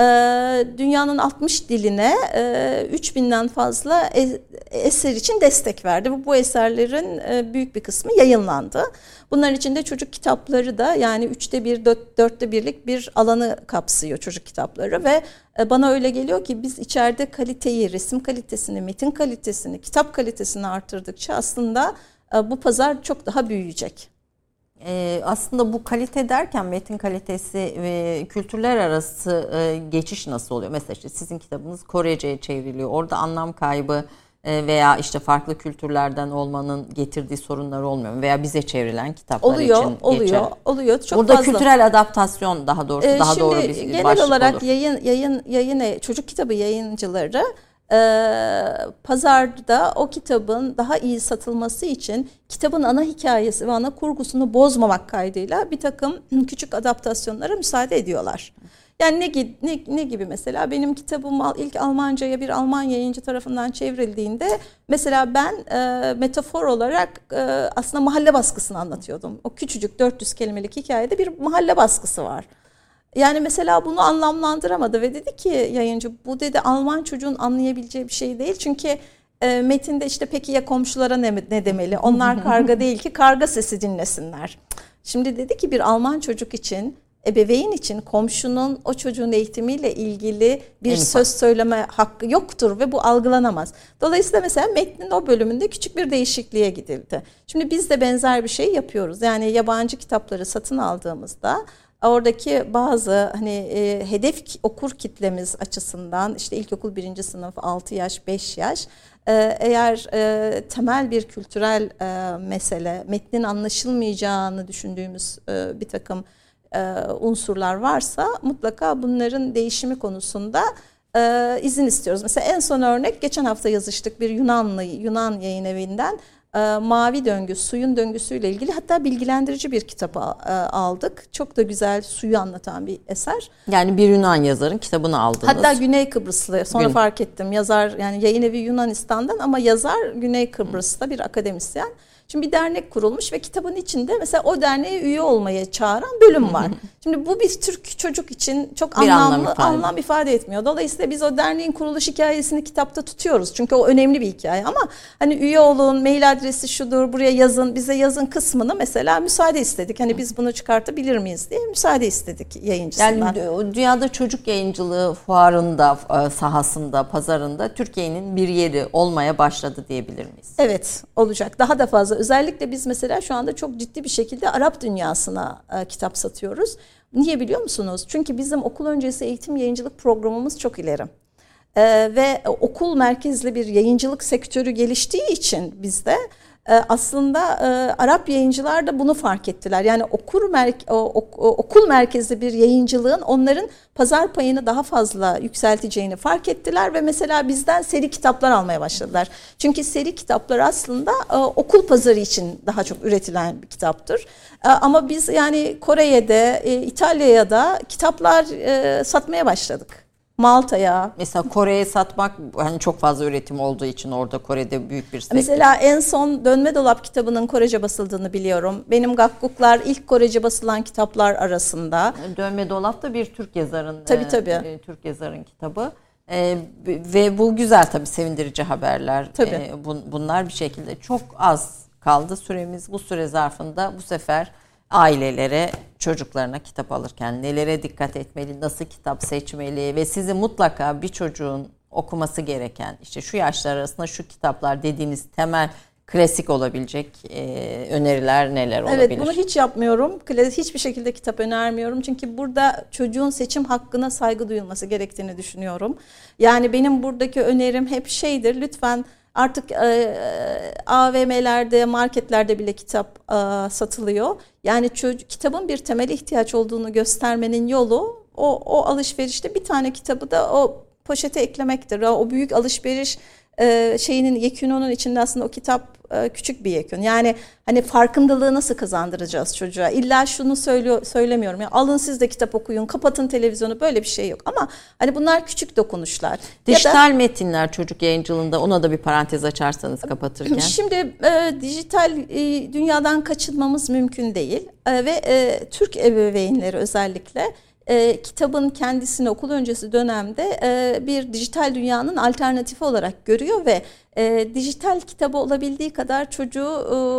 dünyanın altmış diline üç binden fazla eser için destek verdi. Bu eserlerin büyük bir kısmı yayınlandı. Bunların içinde çocuk kitapları da, yani üçte bir, dört, dörtte birlik bir alanı kapsıyor çocuk kitapları ve bana öyle geliyor ki biz içeride kaliteyi, resim kalitesini, metin kalitesini, kitap kalitesini artırdıkça aslında bu pazar çok daha büyüyecek. Ee, aslında bu kalite derken metin kalitesi ve kültürler arası e, geçiş nasıl oluyor? Mesela işte sizin kitabınız Korece'ye çevriliyor. Orada anlam kaybı e, veya işte farklı kültürlerden olmanın getirdiği sorunlar olmuyor mu? Veya bize çevrilen kitaplar oluyor, için oluyor, geçer. Oluyor, oluyor. Çok Burada fazla. Kültürel adaptasyon daha doğrusu ee, daha şimdi doğru bir başlık olur. Genel olarak yayın yayın yayın çocuk kitabı yayıncıları Ee, pazarda o kitabın daha iyi satılması için kitabın ana hikayesi ve ana kurgusunu bozmamak kaydıyla bir takım küçük adaptasyonlara müsaade ediyorlar. Yani ne, ne, ne gibi mesela benim kitabım ilk Almanca'ya bir Alman yayıncı tarafından çevrildiğinde mesela ben e, metafor olarak e, aslında mahalle baskısını anlatıyordum. O küçücük dört yüz kelimelik hikayede bir mahalle baskısı var. Yani mesela bunu anlamlandıramadı ve dedi ki yayıncı, bu dedi Alman çocuğun anlayabileceği bir şey değil. Çünkü e, metinde işte peki ya komşulara ne, ne demeli? Onlar karga değil ki karga sesi dinlesinler. Şimdi dedi ki bir Alman çocuk için, ebeveyn için komşunun o çocuğun eğitimiyle ilgili bir en söz söyleme hakkı yoktur ve bu algılanamaz. Dolayısıyla mesela metnin o bölümünde küçük bir değişikliğe gidildi. Şimdi biz de benzer bir şey yapıyoruz. Yani yabancı kitapları satın aldığımızda oradaki bazı hani e, hedef okur kitlemiz açısından işte ilkokul birinci sınıf, altı yaş, beş yaş e, eğer e, temel bir kültürel e, mesele, metnin anlaşılmayacağını düşündüğümüz e, bir takım e, unsurlar varsa mutlaka bunların değişimi konusunda e, izin istiyoruz. Mesela en son örnek geçen hafta yazıştık bir Yunanlı Yunan yayın evinden. Mavi Döngü, suyun döngüsüyle ilgili hatta bilgilendirici bir kitap aldık. Çok da güzel suyu anlatan bir eser. Yani bir Yunan yazarın kitabını aldınız. Hatta Güney Kıbrıslı. Sonra Gün. fark ettim. Yazar, yani yayın evi Yunanistan'dan ama yazar Güney Kıbrıs'ta bir akademisyen. Şimdi bir dernek kurulmuş ve kitabın içinde mesela o derneğe üye olmaya çağıran bölüm var. Şimdi bu bir Türk çocuk için çok bir anlamlı anlam ifade. anlam ifade etmiyor. Dolayısıyla biz o derneğin kuruluş hikayesini kitapta tutuyoruz. Çünkü o önemli bir hikaye ama hani üye olun, mail adresi şudur, buraya yazın, bize yazın kısmını mesela müsaade istedik. Hani biz bunu çıkartabilir miyiz diye müsaade istedik yayıncısından. Yani dünyada çocuk yayıncılığı fuarında, sahasında, pazarında Türkiye'nin bir yeri olmaya başladı diyebilir miyiz? Evet, olacak. Daha da fazla. Özellikle biz mesela şu anda çok ciddi bir şekilde Arap dünyasına e, kitap satıyoruz. Niye biliyor musunuz? Çünkü bizim okul öncesi eğitim yayıncılık programımız çok ileri. E, ve okul merkezli bir yayıncılık sektörü geliştiği için bizde e, aslında e, Arap yayıncılar da bunu fark ettiler. Yani okur merke, ok, okul merkezli bir yayıncılığın onların pazar payını daha fazla yükselteceğini fark ettiler ve mesela bizden seri kitaplar almaya başladılar. Çünkü seri kitaplar aslında e, okul pazarı için daha çok üretilen bir kitaptır. E, ama biz yani Kore'ye de e, İtalya'ya da kitaplar e, satmaya başladık. Malta'ya. Mesela Kore'ye satmak hani çok fazla üretim olduğu için orada Kore'de büyük bir sektör. Mesela en son Dönme Dolap kitabının Korece basıldığını biliyorum. Benim Gakkuklar ilk Korece basılan kitaplar arasında. Dönme Dolap da bir Türk yazarın. Tabii tabii. E, Türk yazarın kitabı. E, ve bu güzel tabii, sevindirici haberler. Tabii. E, bun, bunlar bir şekilde çok az kaldı süremiz. Bu süre zarfında bu sefer ailelere çocuklarına kitap alırken nelere dikkat etmeli, nasıl kitap seçmeli ve sizi mutlaka bir çocuğun okuması gereken işte şu yaşlar arasında şu kitaplar dediğiniz temel klasik olabilecek e, öneriler neler olabilir? Evet, bunu hiç yapmıyorum. Hiçbir şekilde kitap önermiyorum. Çünkü burada çocuğun seçim hakkına saygı duyulması gerektiğini düşünüyorum. Yani benim buradaki önerim hep şeydir. Lütfen artık e, A V M'lerde, marketlerde bile kitap e, satılıyor. Yani çocuk, kitabın bir temel ihtiyaç olduğunu göstermenin yolu o, o alışverişte bir tane kitabı da o poşete eklemektir. O büyük alışveriş e, şeyinin yekününün içinde aslında o kitap e, küçük bir yekün. Yani hani farkındalığı nasıl kazandıracağız çocuğa? İlla şunu söylüyor, söylemiyorum. Ya alın siz de kitap okuyun, kapatın televizyonu, böyle bir şey yok. Ama hani bunlar küçük dokunuşlar. Dijital da, metinler çocuk yayıncılığında, ona da bir parantez açarsanız kapatırken. Şimdi e, dijital e, dünyadan kaçınmamız mümkün değil. E, ve e, Türk ebeveynleri özellikle E, kitabın kendisini okul öncesi dönemde e, bir dijital dünyanın alternatifi olarak görüyor ve e, dijital kitabı olabildiği kadar çocuğu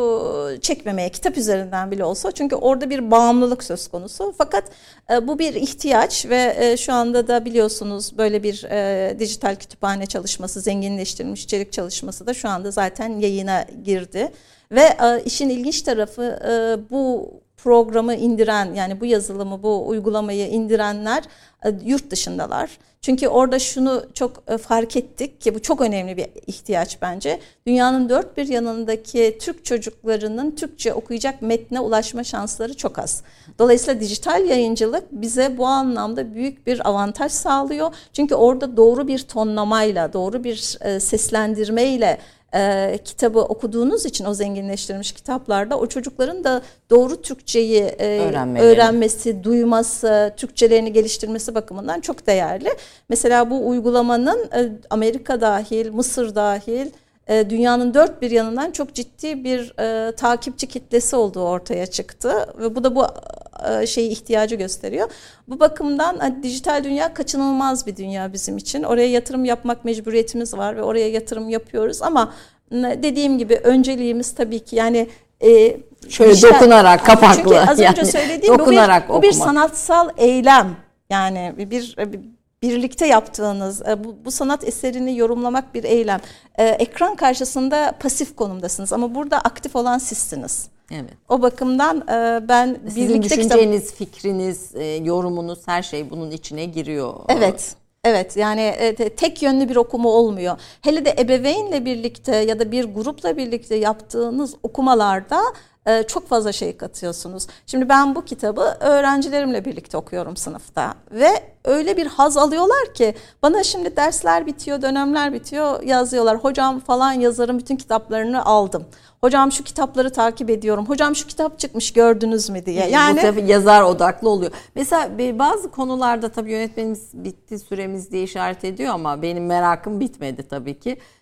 e, çekmemeye, kitap üzerinden bile olsa, çünkü orada bir bağımlılık söz konusu. Fakat e, bu bir ihtiyaç ve e, şu anda da biliyorsunuz böyle bir e, dijital kütüphane çalışması, zenginleştirilmiş içerik çalışması da şu anda zaten yayına girdi ve e, işin ilginç tarafı e, bu programı indiren, yani bu yazılımı, bu uygulamayı indirenler e, yurt dışındalar. Çünkü orada şunu çok e, fark ettik ki bu çok önemli bir ihtiyaç bence. Dünyanın dört bir yanındaki Türk çocuklarının Türkçe okuyacak metne ulaşma şansları çok az. Dolayısıyla dijital yayıncılık bize bu anlamda büyük bir avantaj sağlıyor. Çünkü orada doğru bir tonlamayla, doğru bir e, seslendirmeyle E, kitabı okuduğunuz için o zenginleştirilmiş kitaplarda o çocukların da doğru Türkçeyi e, öğrenmesi, duyması, Türkçelerini geliştirmesi bakımından çok değerli. Mesela bu uygulamanın e, Amerika dahil, Mısır dahil e, dünyanın dört bir yanından çok ciddi bir e, takipçi kitlesi olduğu ortaya çıktı ve bu da bu e, şeyi ihtiyacı gösteriyor. Bu bakımdan e, dijital dünya kaçınılmaz bir dünya bizim için. Oraya yatırım yapmak mecburiyetimiz var ve oraya yatırım yapıyoruz ama dediğim gibi önceliğimiz tabii ki yani e, şöyle dijital, dokunarak, kapaklı. Çünkü az önce yani, söylediğim bu bir, bu bir sanatsal eylem. Yani bir, bir birlikte yaptığınız bu, bu sanat eserini yorumlamak bir eylem. Ee, ekran karşısında pasif konumdasınız ama burada aktif olan sizsiniz. Evet. O bakımdan e, ben sizin birlikte düşünceniz, kitap... fikriniz, e, yorumunuz, her şey bunun içine giriyor. Evet. Evet, yani e, tek yönlü bir okuma olmuyor. Hele de ebeveynle birlikte ya da bir grupla birlikte yaptığınız okumalarda e, çok fazla şey katıyorsunuz. Şimdi ben bu kitabı öğrencilerimle birlikte okuyorum sınıfta ve öyle bir haz alıyorlar ki bana şimdi dersler bitiyor, dönemler bitiyor, yazıyorlar. Hocam falan yazarın bütün kitaplarını aldım. Hocam şu kitapları takip ediyorum. Hocam şu kitap çıkmış, gördünüz mü diye. Yani bu tabii yazar odaklı oluyor. Mesela bazı konularda tabii yönetmenimiz bitti süremiz diye işaret ediyor ama benim merakım bitmedi tabii ki.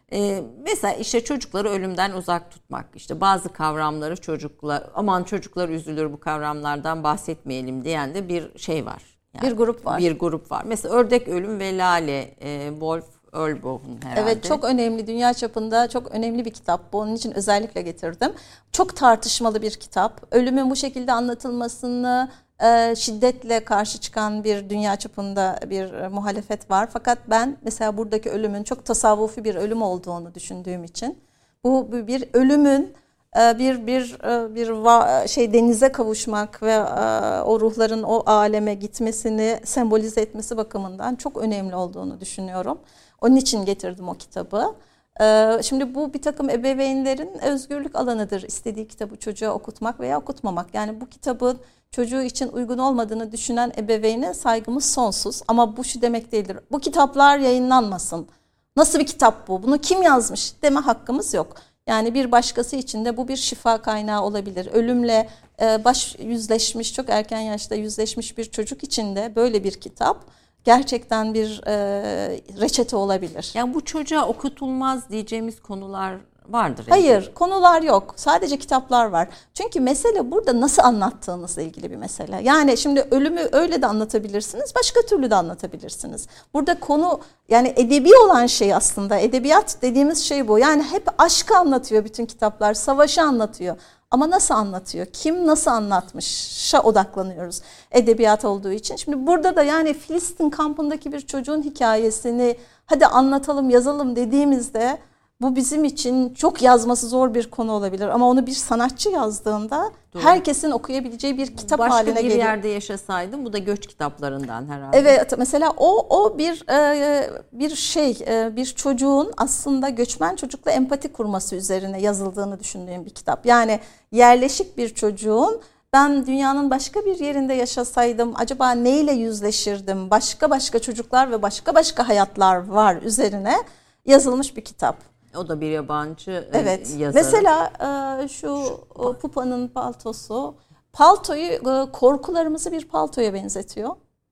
Ee, mesela işte çocukları ölümden uzak tutmak, işte bazı kavramları çocuklar, aman çocuklar üzülür bu kavramlardan bahsetmeyelim diyen de bir şey var. Yani bir grup var. Bir grup var. Mesela Ördek Ölüm ve Lale, e, Wolf Erlbogen herhalde. Evet, çok önemli, dünya çapında çok önemli bir kitap. Bu, onun için özellikle getirdim. Çok tartışmalı bir kitap. Ölümün bu şekilde anlatılmasını e, şiddetle karşı çıkan bir dünya çapında bir e, muhalefet var. Fakat ben mesela buradaki ölümün çok tasavvufi bir ölüm olduğunu düşündüğüm için, bu bir ölümün e, bir bir e, bir va, şey denize kavuşmak ve e, o ruhların o aleme gitmesini sembolize etmesi bakımından çok önemli olduğunu düşünüyorum. Onun için getirdim o kitabı. Şimdi bu bir takım ebeveynlerin özgürlük alanıdır. İstediği kitabı çocuğa okutmak veya okutmamak. Yani bu kitabın çocuğu için uygun olmadığını düşünen ebeveyne saygımız sonsuz. Ama bu şu demek değildir. Bu kitaplar yayınlanmasın. Nasıl bir kitap bu? Bunu kim yazmış deme hakkımız yok. Yani bir başkası için de bu bir şifa kaynağı olabilir. Ölümle baş yüzleşmiş, çok erken yaşta yüzleşmiş bir çocuk için de böyle bir kitap gerçekten bir e, reçete olabilir. Yani bu çocuğa okutulmaz diyeceğimiz konular vardır. Hayır, yani. Konular yok. Sadece kitaplar var. Çünkü mesele burada nasıl anlattığınızla ilgili bir mesele. Yani şimdi ölümü öyle de anlatabilirsiniz, başka türlü de anlatabilirsiniz. Burada konu, yani edebi olan şey aslında, edebiyat dediğimiz şey bu. Yani hep aşkı anlatıyor bütün kitaplar, savaşı anlatıyor. Ama nasıl anlatıyor? Kim nasıl anlatmış'a odaklanıyoruz edebiyat olduğu için. Şimdi burada da yani Filistin kampındaki bir çocuğun hikayesini hadi anlatalım, yazalım dediğimizde bu bizim için çok yazması zor bir konu olabilir. Ama onu bir sanatçı yazdığında doğru, herkesin okuyabileceği bir kitap başka haline geliyor. Başka bir yerde yaşasaydım bu da göç kitaplarından herhalde. Evet, mesela o o bir e, bir şey e, bir çocuğun aslında göçmen çocukla empati kurması üzerine yazıldığını düşündüğüm bir kitap. Yani yerleşik bir çocuğun ben dünyanın başka bir yerinde yaşasaydım acaba neyle yüzleşirdim? Başka başka çocuklar ve başka başka hayatlar var üzerine yazılmış bir kitap. O da bir yabancı evet. yazarı. Mesela şu Pupa'nın paltosu, paltoyu, korkularımızı bir paltoya benzetiyor.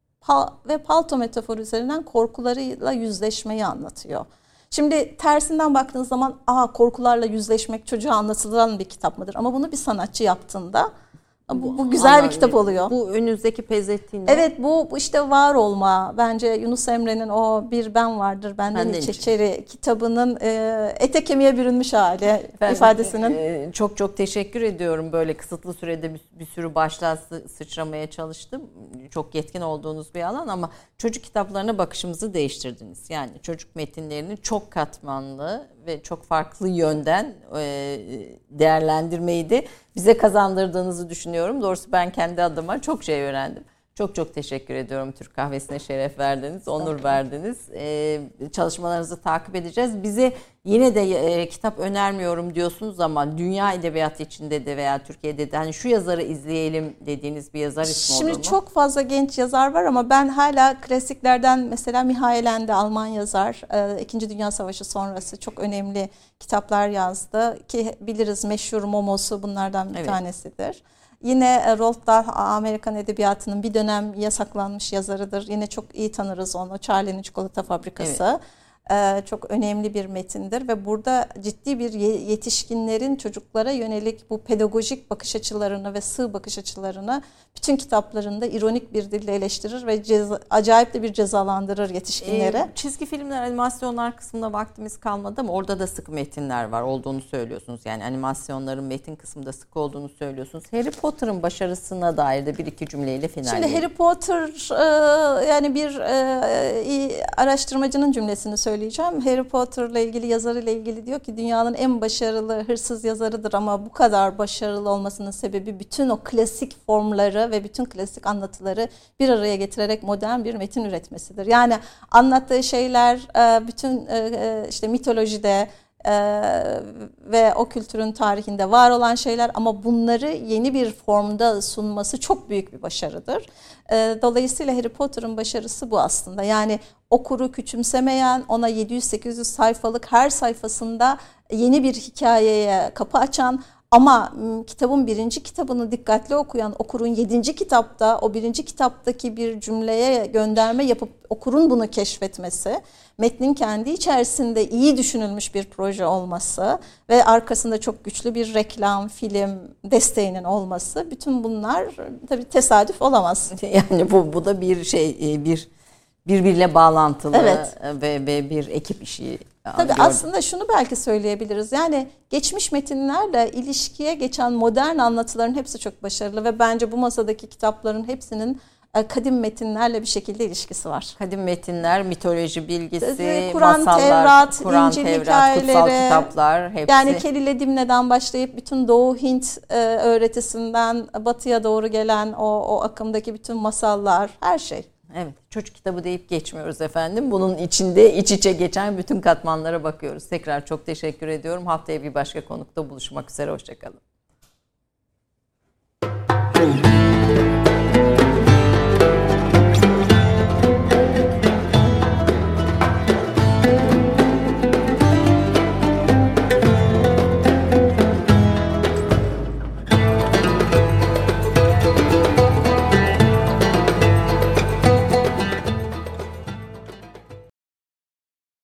Ve palto metaforu üzerinden korkularıyla yüzleşmeyi anlatıyor. Şimdi tersinden baktığınız zaman aa, korkularla yüzleşmek çocuğa anlatılan bir kitap mıdır? Ama bunu bir sanatçı yaptığında bu, bu güzel bir kitap oluyor. Bu önünüzdeki Pezetti'nin. Evet, bu, bu işte var olma. Bence Yunus Emre'nin o Bir Ben Vardır Benden İç İçeri kitabının e, ete kemiğe bürünmüş hali ben, ifadesinin. E, çok çok teşekkür ediyorum. Böyle kısıtlı sürede bir, bir sürü başlığa sıçramaya çalıştım. Çok yetkin olduğunuz bir alan ama çocuk kitaplarına bakışımızı değiştirdiniz. Yani çocuk metinlerini çok katmanlı ve çok farklı yönden e, değerlendirmeyi de bize kazandırdığınızı düşünüyorum. Doğrusu ben kendi adıma çok şey öğrendim. Çok çok teşekkür ediyorum. Türk Kahvesi'ne şeref verdiniz, onur verdiniz. Ee, çalışmalarınızı takip edeceğiz. Bize yine de e, kitap önermiyorum diyorsunuz ama dünya edebiyatı içinde de veya Türkiye'de de hani şu yazarı izleyelim dediğiniz bir yazar ismi Şimdi olur mu? Şimdi çok fazla genç yazar var ama ben hala klasiklerden mesela Mihail Ende, Alman yazar. E, İkinci Dünya Savaşı sonrası çok önemli kitaplar yazdı. Ki biliriz meşhur Momosu bunlardan bir evet. tanesidir. Yine Roald Dahl Amerikan edebiyatının bir dönem yasaklanmış yazarıdır. Yine çok iyi tanırız onu. Charlie'nin Çikolata Fabrikası. Evet. Ee, çok önemli bir metindir ve burada ciddi bir yetişkinlerin çocuklara yönelik bu pedagojik bakış açılarını ve sığ bakış açılarını bütün kitaplarında ironik bir dille eleştirir ve ceza, acayip de bir cezalandırır yetişkinlere. Ee, çizgi filmler, animasyonlar kısmına vaktimiz kalmadı ama orada da sık metinler var olduğunu söylüyorsunuz. Yani animasyonların metin kısmında sık olduğunu söylüyorsunuz. Harry Potter'ın başarısına dair de bir iki cümleyle finalleyelim. Şimdi Harry Potter e, yani bir e, araştırmacının cümlesini söylüyorum. söyleyeceğim. Harry Potter'la ilgili, yazarıyla ilgili diyor ki dünyanın en başarılı hırsız yazarıdır ama bu kadar başarılı olmasının sebebi bütün o klasik formları ve bütün klasik anlatıları bir araya getirerek modern bir metin üretmesidir. Yani anlattığı şeyler bütün işte mitolojide ve o kültürün tarihinde var olan şeyler ama bunları yeni bir formda sunması çok büyük bir başarıdır. Dolayısıyla Harry Potter'ın başarısı bu aslında. Yani okuru küçümsemeyen, ona yedi yüz sekiz yüz sayfalık her sayfasında yeni bir hikayeye kapı açan ama kitabın birinci kitabını dikkatli okuyan okurun yedinci kitapta o birinci kitaptaki bir cümleye gönderme yapıp okurun bunu keşfetmesi metnin kendi içerisinde iyi düşünülmüş bir proje olması ve arkasında çok güçlü bir reklam, film desteğinin olması, bütün bunlar tabii tesadüf olamaz. Yani bu bu da bir şey, bir birbiriyle bağlantılı evet. ve, ve bir ekip işi. Tabii gördüm. Aslında şunu belki söyleyebiliriz. Yani geçmiş metinlerle ilişkiye geçen modern anlatıların hepsi çok başarılı ve bence bu masadaki kitapların hepsinin kadim metinlerle bir şekilde ilişkisi var. Kadim metinler, mitoloji bilgisi, Kur'an, masallar, Tevrat, Kur'an, İncil Tevrat, hikayeleri, kutsal kitaplar hepsi. Yani Kelile Dimne'den başlayıp bütün Doğu Hint e, öğretisinden batıya doğru gelen o, o akımdaki bütün masallar, her şey. Evet, çocuk kitabı deyip geçmiyoruz efendim. Bunun içinde iç içe geçen bütün katmanlara bakıyoruz. Tekrar çok teşekkür ediyorum. Haftaya bir başka konukta buluşmak üzere. Hoşça kalın.